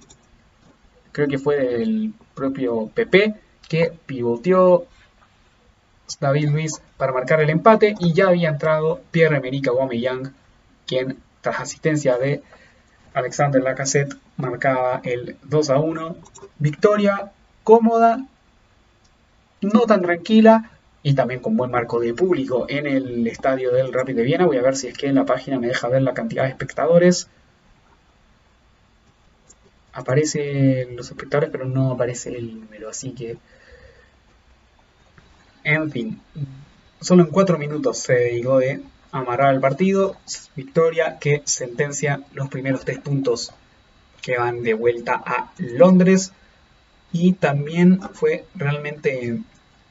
propio Pepe, que pivoteó David Luiz para marcar el empate, y ya había entrado Pierre-Emerick Aubameyang, quien tras asistencia de Alexandre Lacazette marcaba el 2-1. Victoria cómoda, no tan tranquila, y también con buen marco de público en el estadio del Rapid de Viena. Voy a ver si es que en la página me deja ver la cantidad de espectadores. Aparecen los espectadores, pero no aparece el número, así que... En fin, solo en 4 minutos se dedicó de amarrar el partido. Victoria que sentencia los primeros 3 puntos que van de vuelta a Londres. Y también fue realmente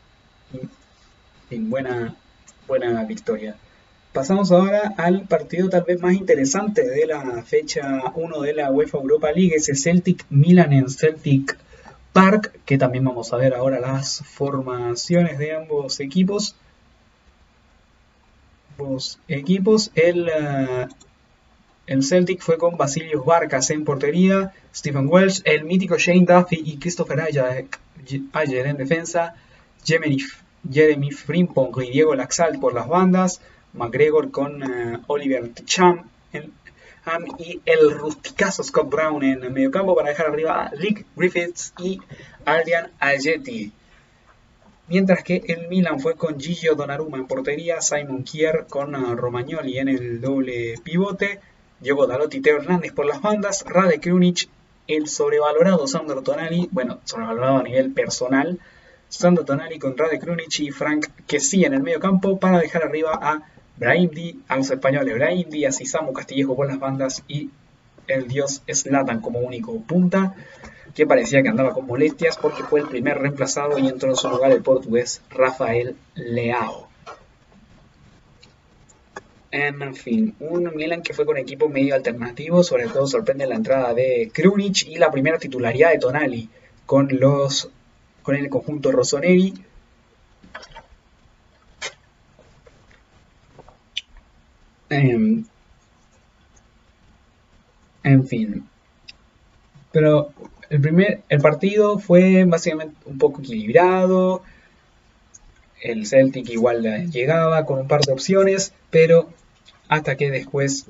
buena victoria. Pasamos ahora al partido tal vez más interesante de la fecha 1 de la UEFA Europa League, ese Celtic Milan en Celtic Park, que también vamos a ver ahora las formaciones de ambos equipos. El Celtic fue con Vasilios Barkas en portería, Stephen Welsh, el mítico Shane Duffy y Christopher Ayer en defensa, Jeremy Frimpong y Diego Laxalt por las bandas, McGregor con Oliver Cham y el rusticazo Scott Brown en el mediocampo para dejar arriba a Leigh Griffiths y Adrian Ajeti. Mientras que el Milan fue con Gigio Donnarumma en portería, Simon Kjær con Romagnoli en el doble pivote, Diogo Dalot y Teo Hernández por las bandas, Rade Krunic, el sobrevalorado Sandro Tonali, bueno, sobrevalorado a nivel personal, Sandro Tonali con Rade Krunic y Frank Kessie en el medio campo para dejar arriba a los españoles Brahim Díaz y Samu Castillejo por las bandas y el dios Zlatan como único punta, que parecía que andaba con molestias porque fue el primer reemplazado y entró en su lugar el portugués Rafael Leao. En fin, un Milan que fue con equipo medio alternativo, sobre todo sorprende la entrada de Krunic y la primera titularidad de Tonali con el conjunto rossoneri. En fin, pero el partido fue básicamente un poco equilibrado. El Celtic igual llegaba con un par de opciones, pero hasta que después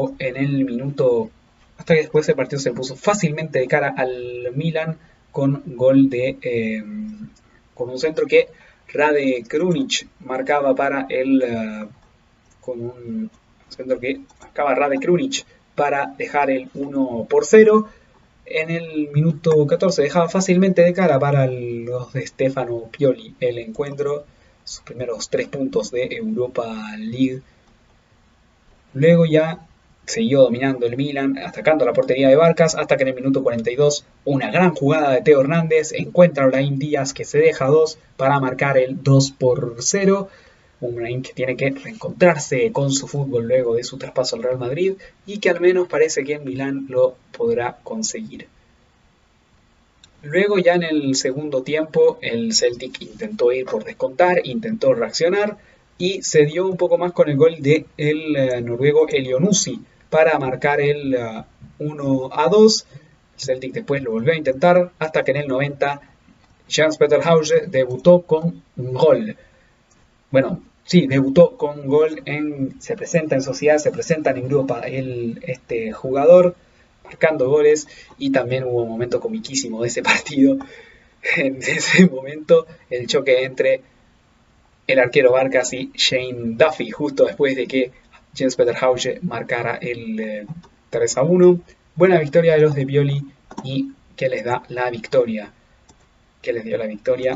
el partido se puso fácilmente de cara al Milan con gol con un centro que Rade Krunic marcaba para con un centro que marcaba Rade Krunic para dejar el 1-0. En el minuto 14 dejaba fácilmente de cara para los de Stefano Pioli el encuentro, sus primeros 3 puntos de Europa League. Luego ya siguió dominando el Milan, atacando la portería de Barkas, hasta que en el minuto 42, una gran jugada de Teo Hernández, encuentra a Brahim Díaz que se deja 2 para marcar el 2-0. Un Brahim que tiene que reencontrarse con su fútbol luego de su traspaso al Real Madrid y que al menos parece que en Milán lo podrá conseguir. Luego ya en el segundo tiempo el Celtic intentó ir por descontar, intentó reaccionar y se dio un poco más con el gol del noruego Elyounoussi para marcar el 1-2. El Celtic después lo volvió a intentar hasta que en el 90 Jens-Peter Hauge debutó con un gol. Debutó con gol se presenta en sociedad, se presenta en Europa este jugador, marcando goles, y también hubo un momento comiquísimo de ese partido. En ese momento, el choque entre el arquero Barkas y Shane Duffy, justo después de que Jens Peter Hauge marcara el 3-1. Buena victoria de los de Pioli y que les da la victoria. Que les dio la victoria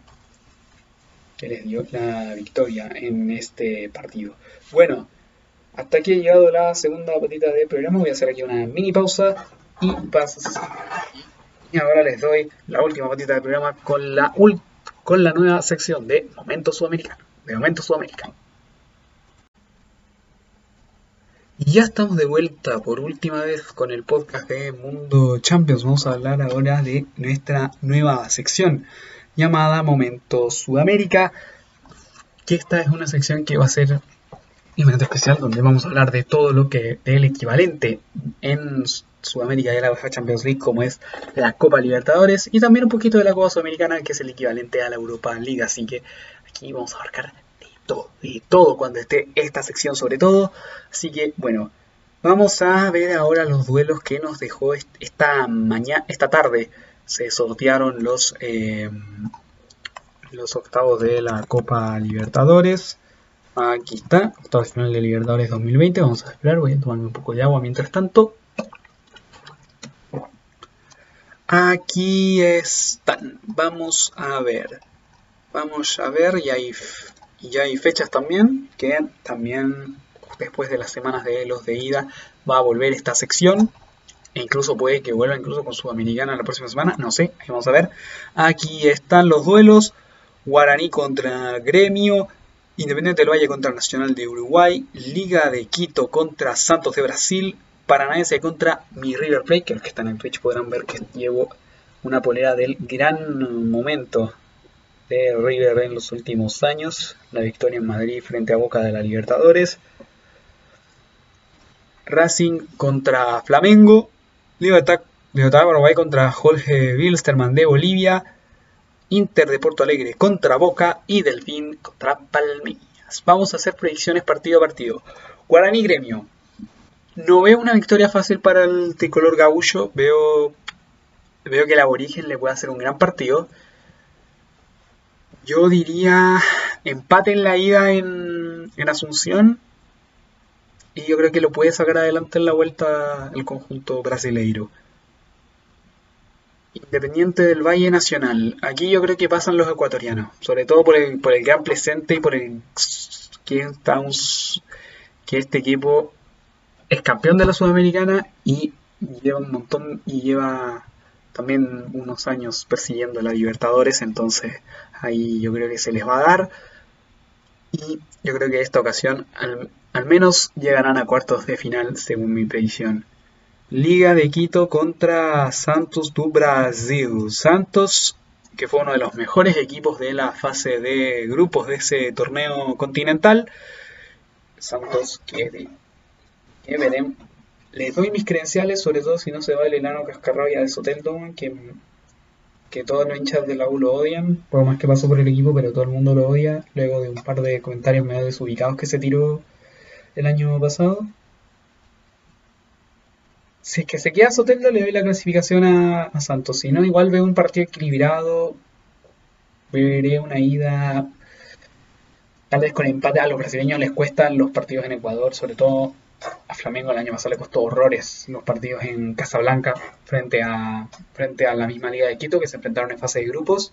en este partido. Bueno, hasta aquí ha llegado la segunda patita del programa. Voy a hacer aquí una mini pausa y ahora les doy la última patita del programa con la nueva sección de Momento Sudamericano. Y ya estamos de vuelta por última vez con el podcast de Mundo Champions. Vamos a hablar ahora de nuestra nueva sección llamada Momento Sudamérica, que esta es una sección que va a ser un momento especial donde vamos a hablar de todo lo que del equivalente en Sudamérica de la UEFA Champions League, como es la Copa Libertadores, y también un poquito de la Copa Sudamericana, que es el equivalente a la Europa League. Así que aquí vamos a abarcar de todo cuando esté esta sección, sobre todo. Así que bueno, vamos a ver ahora los duelos que nos dejó esta tarde. Se sortearon los octavos de la Copa Libertadores. Aquí está, octavos final de Libertadores 2020. Vamos a esperar, voy a tomarme un poco de agua mientras tanto. Aquí están. Vamos a ver, y ya hay fechas también, que también después de las semanas de los de ida va a volver esta sección. E incluso puede que vuelva incluso con Sudamericana la próxima semana, no sé, ahí vamos a ver. Aquí están los duelos: Guaraní contra Gremio, Independiente del Valle contra Nacional de Uruguay, Liga de Quito contra Santos de Brasil, Paranaense contra mi River Plate, que los que están en Twitch podrán ver que llevo una polera del gran momento de River en los últimos años, la victoria en Madrid frente a Boca de la Libertadores. Racing contra Flamengo, Libertad Paraguay contra Jorge Wilstermann de Bolivia, Inter de Porto Alegre contra Boca y Delfín contra Palmeiras. Vamos a hacer predicciones partido a partido. Guaraní Gremio. No veo una victoria fácil para el tricolor gaúcho. Veo que el aborigen le puede hacer un gran partido. Yo diría empate en la ida en Asunción. Y yo creo que lo puede sacar adelante en la vuelta el conjunto brasileiro. Independiente del Valle Nacional. Aquí yo creo que pasan los ecuatorianos. Sobre todo por el gran presente y por el que este equipo es campeón de la Sudamericana y lleva también unos años persiguiendo la Libertadores. Entonces ahí yo creo que se les va a dar. Y yo creo que esta ocasión al menos llegarán a cuartos de final según mi predicción. Liga de Quito contra Santos do Brasil. Santos, que fue uno de los mejores equipos de la fase de grupos de ese torneo continental. Santos que veremos. Les doy mis credenciales, sobre todo si no se va el enano cascarrabia de Soteldo, que todos los hinchas de la U lo odian, por más que pasó por el equipo, pero todo el mundo lo odia, luego de un par de comentarios medio desubicados que se tiró el año pasado. Si es que se queda Soteldo, le doy la clasificación a Santos. Si no, igual veo un partido equilibrado. Veré una ida tal vez con empate. A los brasileños les cuestan los partidos en Ecuador, sobre todo a Flamengo el año pasado le costó horrores los partidos en Casablanca frente a la misma Liga de Quito, que se enfrentaron en fase de grupos.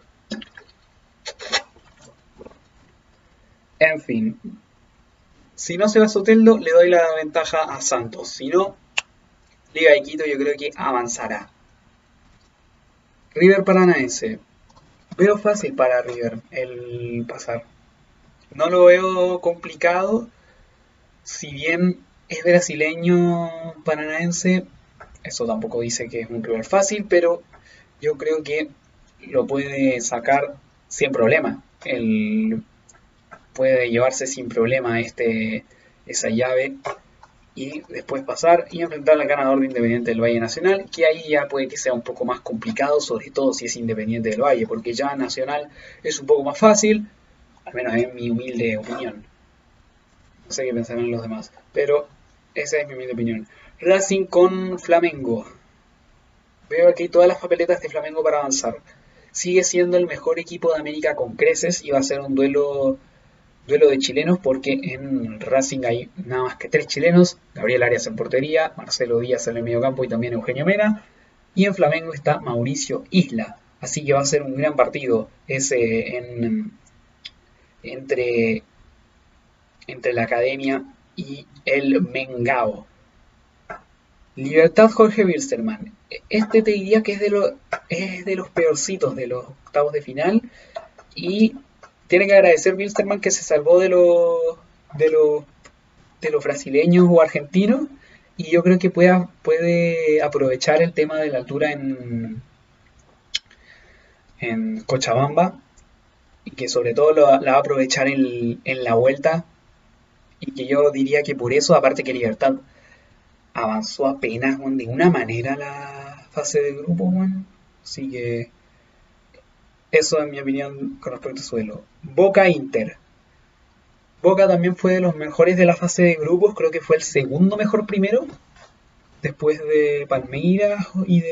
En fin, si no se va Soteldo, le doy la ventaja a Santos. Si no, Liga de Quito yo creo que avanzará. River Paranaense. Veo fácil para River el pasar. No lo veo complicado. Si bien es brasileño Paranaense, eso tampoco dice que es un rival fácil, pero yo creo que lo puede sacar sin problema. Él puede llevarse sin problema esa llave y después pasar y enfrentar al ganador de Independiente del Valle Nacional, que ahí ya puede que sea un poco más complicado, sobre todo si es Independiente del Valle, porque ya Nacional es un poco más fácil, al menos en mi humilde opinión. No sé qué pensarán los demás, pero esa es mi humilde opinión. Racing con Flamengo. Veo aquí todas las papeletas de Flamengo para avanzar. Sigue siendo el mejor equipo de América con creces y va a ser un duelo Duelo de chilenos porque en Racing hay nada más que 3 chilenos, Gabriel Arias en portería, Marcelo Díaz en el mediocampo y también Eugenio Mena, y en Flamengo está Mauricio Isla, así que va a ser un gran partido ese entre, entre la Academia y el Mengao. Libertad Jorge Wilstermann. Este te diría que es de los peorcitos de los octavos de final. Y tiene que agradecer Wilstermann que se salvó de los, de los brasileños o argentinos. Y yo creo que puede aprovechar el tema de la altura en Cochabamba. Y que sobre todo la va a aprovechar en la vuelta. Y que yo diría que por eso, aparte que Libertad avanzó apenas, bueno, de una manera la fase de grupo, bueno. Así que eso es mi opinión con respecto a suelo. Boca Inter. Boca también fue de los mejores de la fase de grupos, creo que fue el segundo mejor primero, después de Palmeiras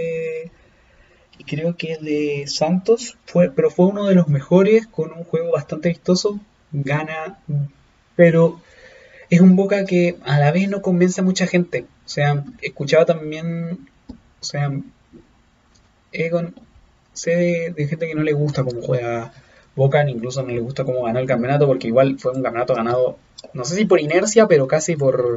y creo que el de Santos, pero fue uno de los mejores con un juego bastante vistoso, gana, pero es un Boca que a la vez no convence a mucha gente. O sea, escuchaba también, o sea, sé de gente que no le gusta cómo juega Boca, incluso no le gusta cómo ganó el campeonato, porque igual fue un campeonato ganado, no sé si por inercia, pero casi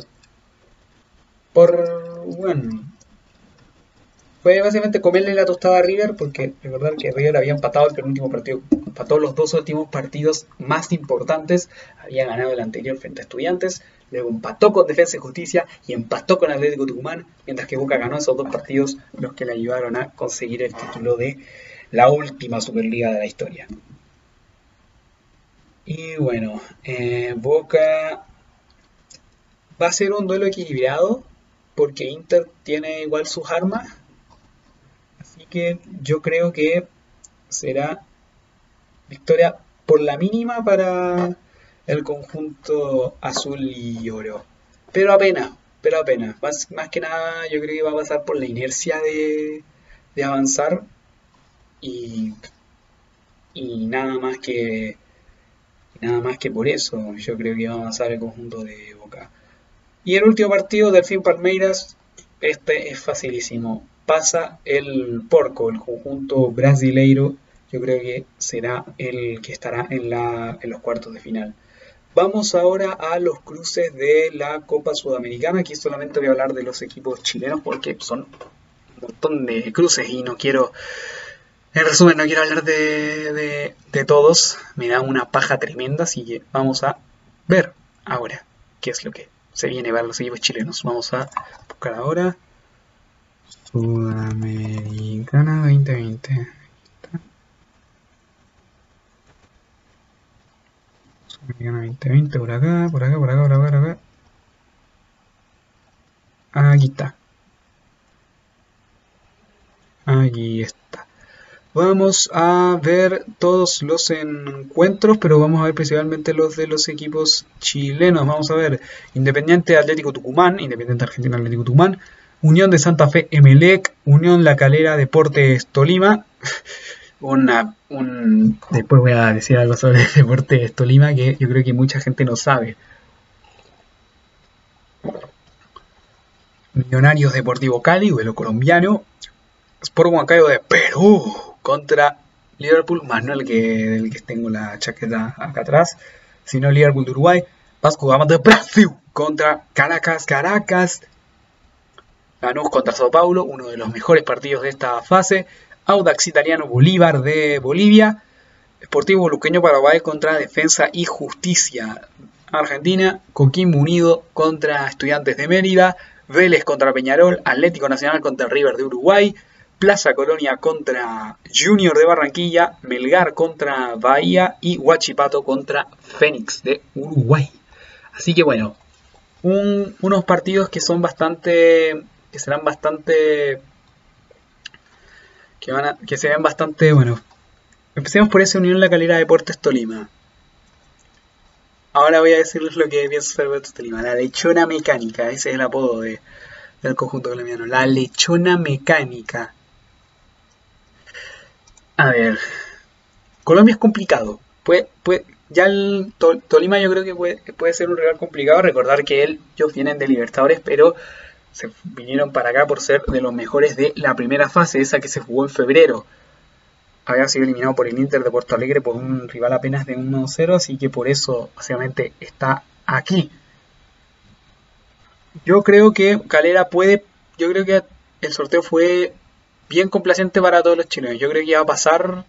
bueno, fue básicamente comerle la tostada a River, porque recordar que River había empatado el penúltimo partido, empató los dos últimos partidos más importantes, había ganado el anterior frente a Estudiantes, luego empató con Defensa y Justicia y empató con Atlético Tucumán, mientras que Boca ganó esos dos partidos, los que le ayudaron a conseguir el título de la última Superliga de la historia. Y bueno, Boca va a ser un duelo equilibrado, porque Inter tiene igual sus armas, así que yo creo que será victoria por la mínima para el conjunto azul y oro. Pero apenas. Más que nada yo creo que va a pasar por la inercia de avanzar y, y nada más que por eso yo creo que va a avanzar el conjunto de Boca. Y el último partido, Delfín Palmeiras, este es facilísimo. Pasa el Porco, el conjunto brasileiro. Yo creo que será el que estará en los cuartos de final. Vamos ahora a los cruces de la Copa Sudamericana. Aquí solamente voy a hablar de los equipos chilenos porque son un montón de cruces y no quiero, en resumen, no quiero hablar de todos. Me da una paja tremenda, así que vamos a ver ahora qué es lo que se viene para los equipos chilenos. Vamos a buscar ahora Sudamericana 2020. Sudamericana 2020, por acá, por acá, por acá, por acá, por acá. Aquí está. Aquí está. Vamos a ver todos los encuentros, pero vamos a ver principalmente los de los equipos chilenos. Vamos a ver Independiente Atlético Tucumán, Independiente Argentino Atlético Tucumán, Unión de Santa Fe Emelec, Unión La Calera Deportes Tolima. Después voy a decir algo sobre Deportes Tolima que yo creo que mucha gente no sabe. Millonarios Deportivo Cali, duelo colombiano. Sport Huancayo de Perú contra Liverpool, más no el que tengo la chaqueta acá atrás, sino Liverpool de Uruguay. Vasco Gama de Brasil contra Caracas. Lanús contra Sao Paulo, uno de los mejores partidos de esta fase. Audax Italiano Bolívar de Bolivia. Sportivo Luqueño Paraguay contra Defensa y Justicia Argentina. Coquimbo Unido contra Estudiantes de Mérida. Vélez contra Peñarol. Atlético Nacional contra River de Uruguay. Plaza Colonia contra Junior de Barranquilla, Melgar contra Bahía y Huachipato contra Fénix de Uruguay. Así que bueno, unos partidos que son que serán bastante, que se ven bastante, bueno. Empecemos por esa Unión La Calera Deportes Tolima. Ahora voy a decirles lo que pienso sobre Deportes Tolima. La lechona mecánica, ese es el apodo del conjunto colombiano. La lechona mecánica. A ver, Colombia es complicado, Ya el Tolima yo creo que puede ser un rival complicado. Recordar que ellos vienen de Libertadores, pero se vinieron para acá por ser de los mejores de la primera fase, esa que se jugó en febrero. Había sido eliminado por el Inter de Porto Alegre por un rival apenas de 1-0, así que por eso básicamente está aquí. Yo creo que Calera yo creo que el sorteo fue bien complaciente para todos los chilenos. Yo creo que va a pasar,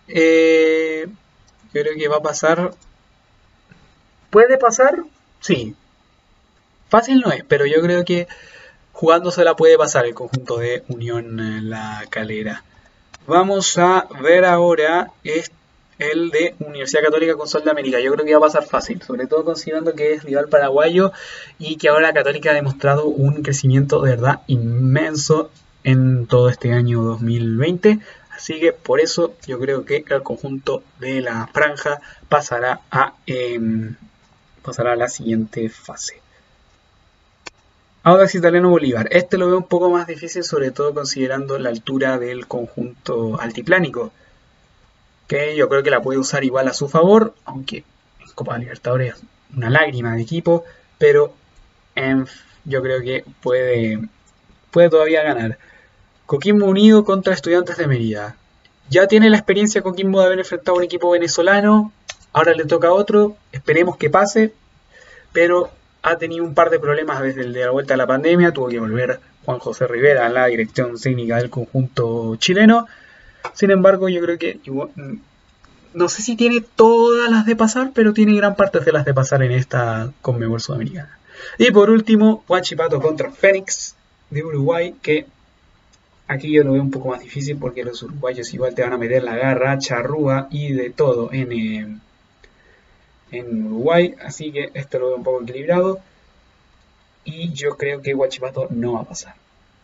yo creo que va a pasar, ¿puede pasar? Sí, fácil no es, pero yo creo que jugándosela puede pasar el conjunto de Unión La Calera. Vamos a ver ahora el de Universidad Católica con Sol de América. Yo creo que va a pasar fácil, sobre todo considerando que es rival paraguayo y que ahora Católica ha demostrado un crecimiento de verdad inmenso en todo este año 2020. Así que por eso yo creo que el conjunto de la franja pasará a la siguiente fase. Audax Italiano Bolívar. Este lo veo un poco más difícil, sobre todo considerando la altura del conjunto altiplánico, que yo creo que la puede usar igual a su favor, aunque en Copa Libertadores una lágrima de equipo, pero yo creo que puede todavía ganar. Coquimbo Unido contra Estudiantes de Mérida. Ya tiene la experiencia Coquimbo de haber enfrentado a un equipo venezolano, ahora le toca a otro, esperemos que pase, pero ha tenido un par de problemas desde el de la vuelta a la pandemia, tuvo que volver Juan José Rivera a la dirección técnica del conjunto chileno. Sin embargo, yo creo que no sé si tiene todas las de pasar, pero tiene gran parte de las de pasar en esta Conmebol Sudamericana. Y por último, Huachipato contra Fénix de Uruguay, que aquí yo lo veo un poco más difícil porque los uruguayos igual te van a meter la garra, charrúa y de todo en Uruguay, así que esto lo veo un poco equilibrado y yo creo que Huachipato no va a pasar.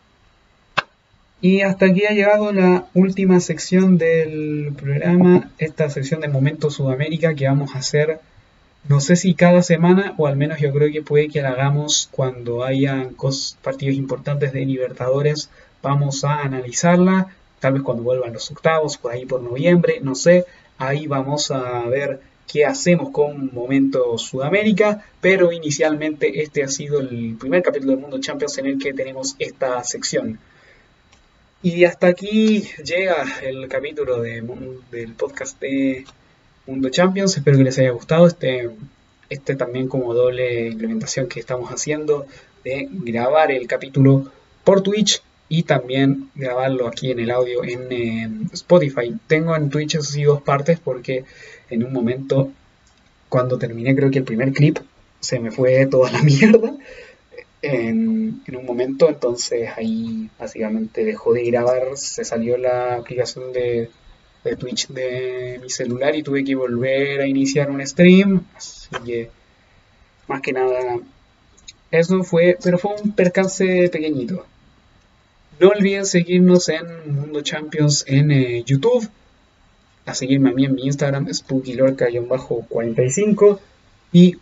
Y hasta aquí ha llegado la última sección del programa, esta sección de Momento Sudamérica que vamos a hacer, no sé si cada semana, o al menos yo creo que puede que la hagamos cuando hayan partidos importantes de Libertadores. Vamos a analizarla, tal vez cuando vuelvan los octavos, por ahí por noviembre, no sé, ahí vamos a ver qué hacemos con Momento Sudamérica, pero inicialmente este ha sido el primer capítulo del Mundo Champions en el que tenemos esta sección. Y hasta aquí llega el capítulo del podcast de Mundo Champions. Espero que les haya gustado este también como doble implementación que estamos haciendo de grabar el capítulo por Twitch y también grabarlo aquí en el audio en Spotify. Tengo en Twitch así dos partes porque en un momento cuando terminé creo que el primer clip se me fue toda la mierda en un momento, entonces ahí básicamente dejó de grabar, se salió la aplicación de Twitch de mi celular y tuve que volver a iniciar un stream, así que más que nada eso pero fue un percance pequeñito. No olviden seguirnos en Mundo Champions en YouTube, a seguirme a mí en mi Instagram, SpookyLorca-45 y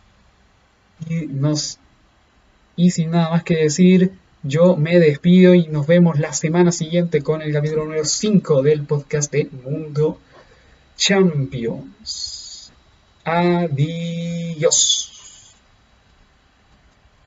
sin nada más que decir, yo me despido y nos vemos la semana siguiente con el capítulo número 5 del podcast de Mundo Champions. Adiós.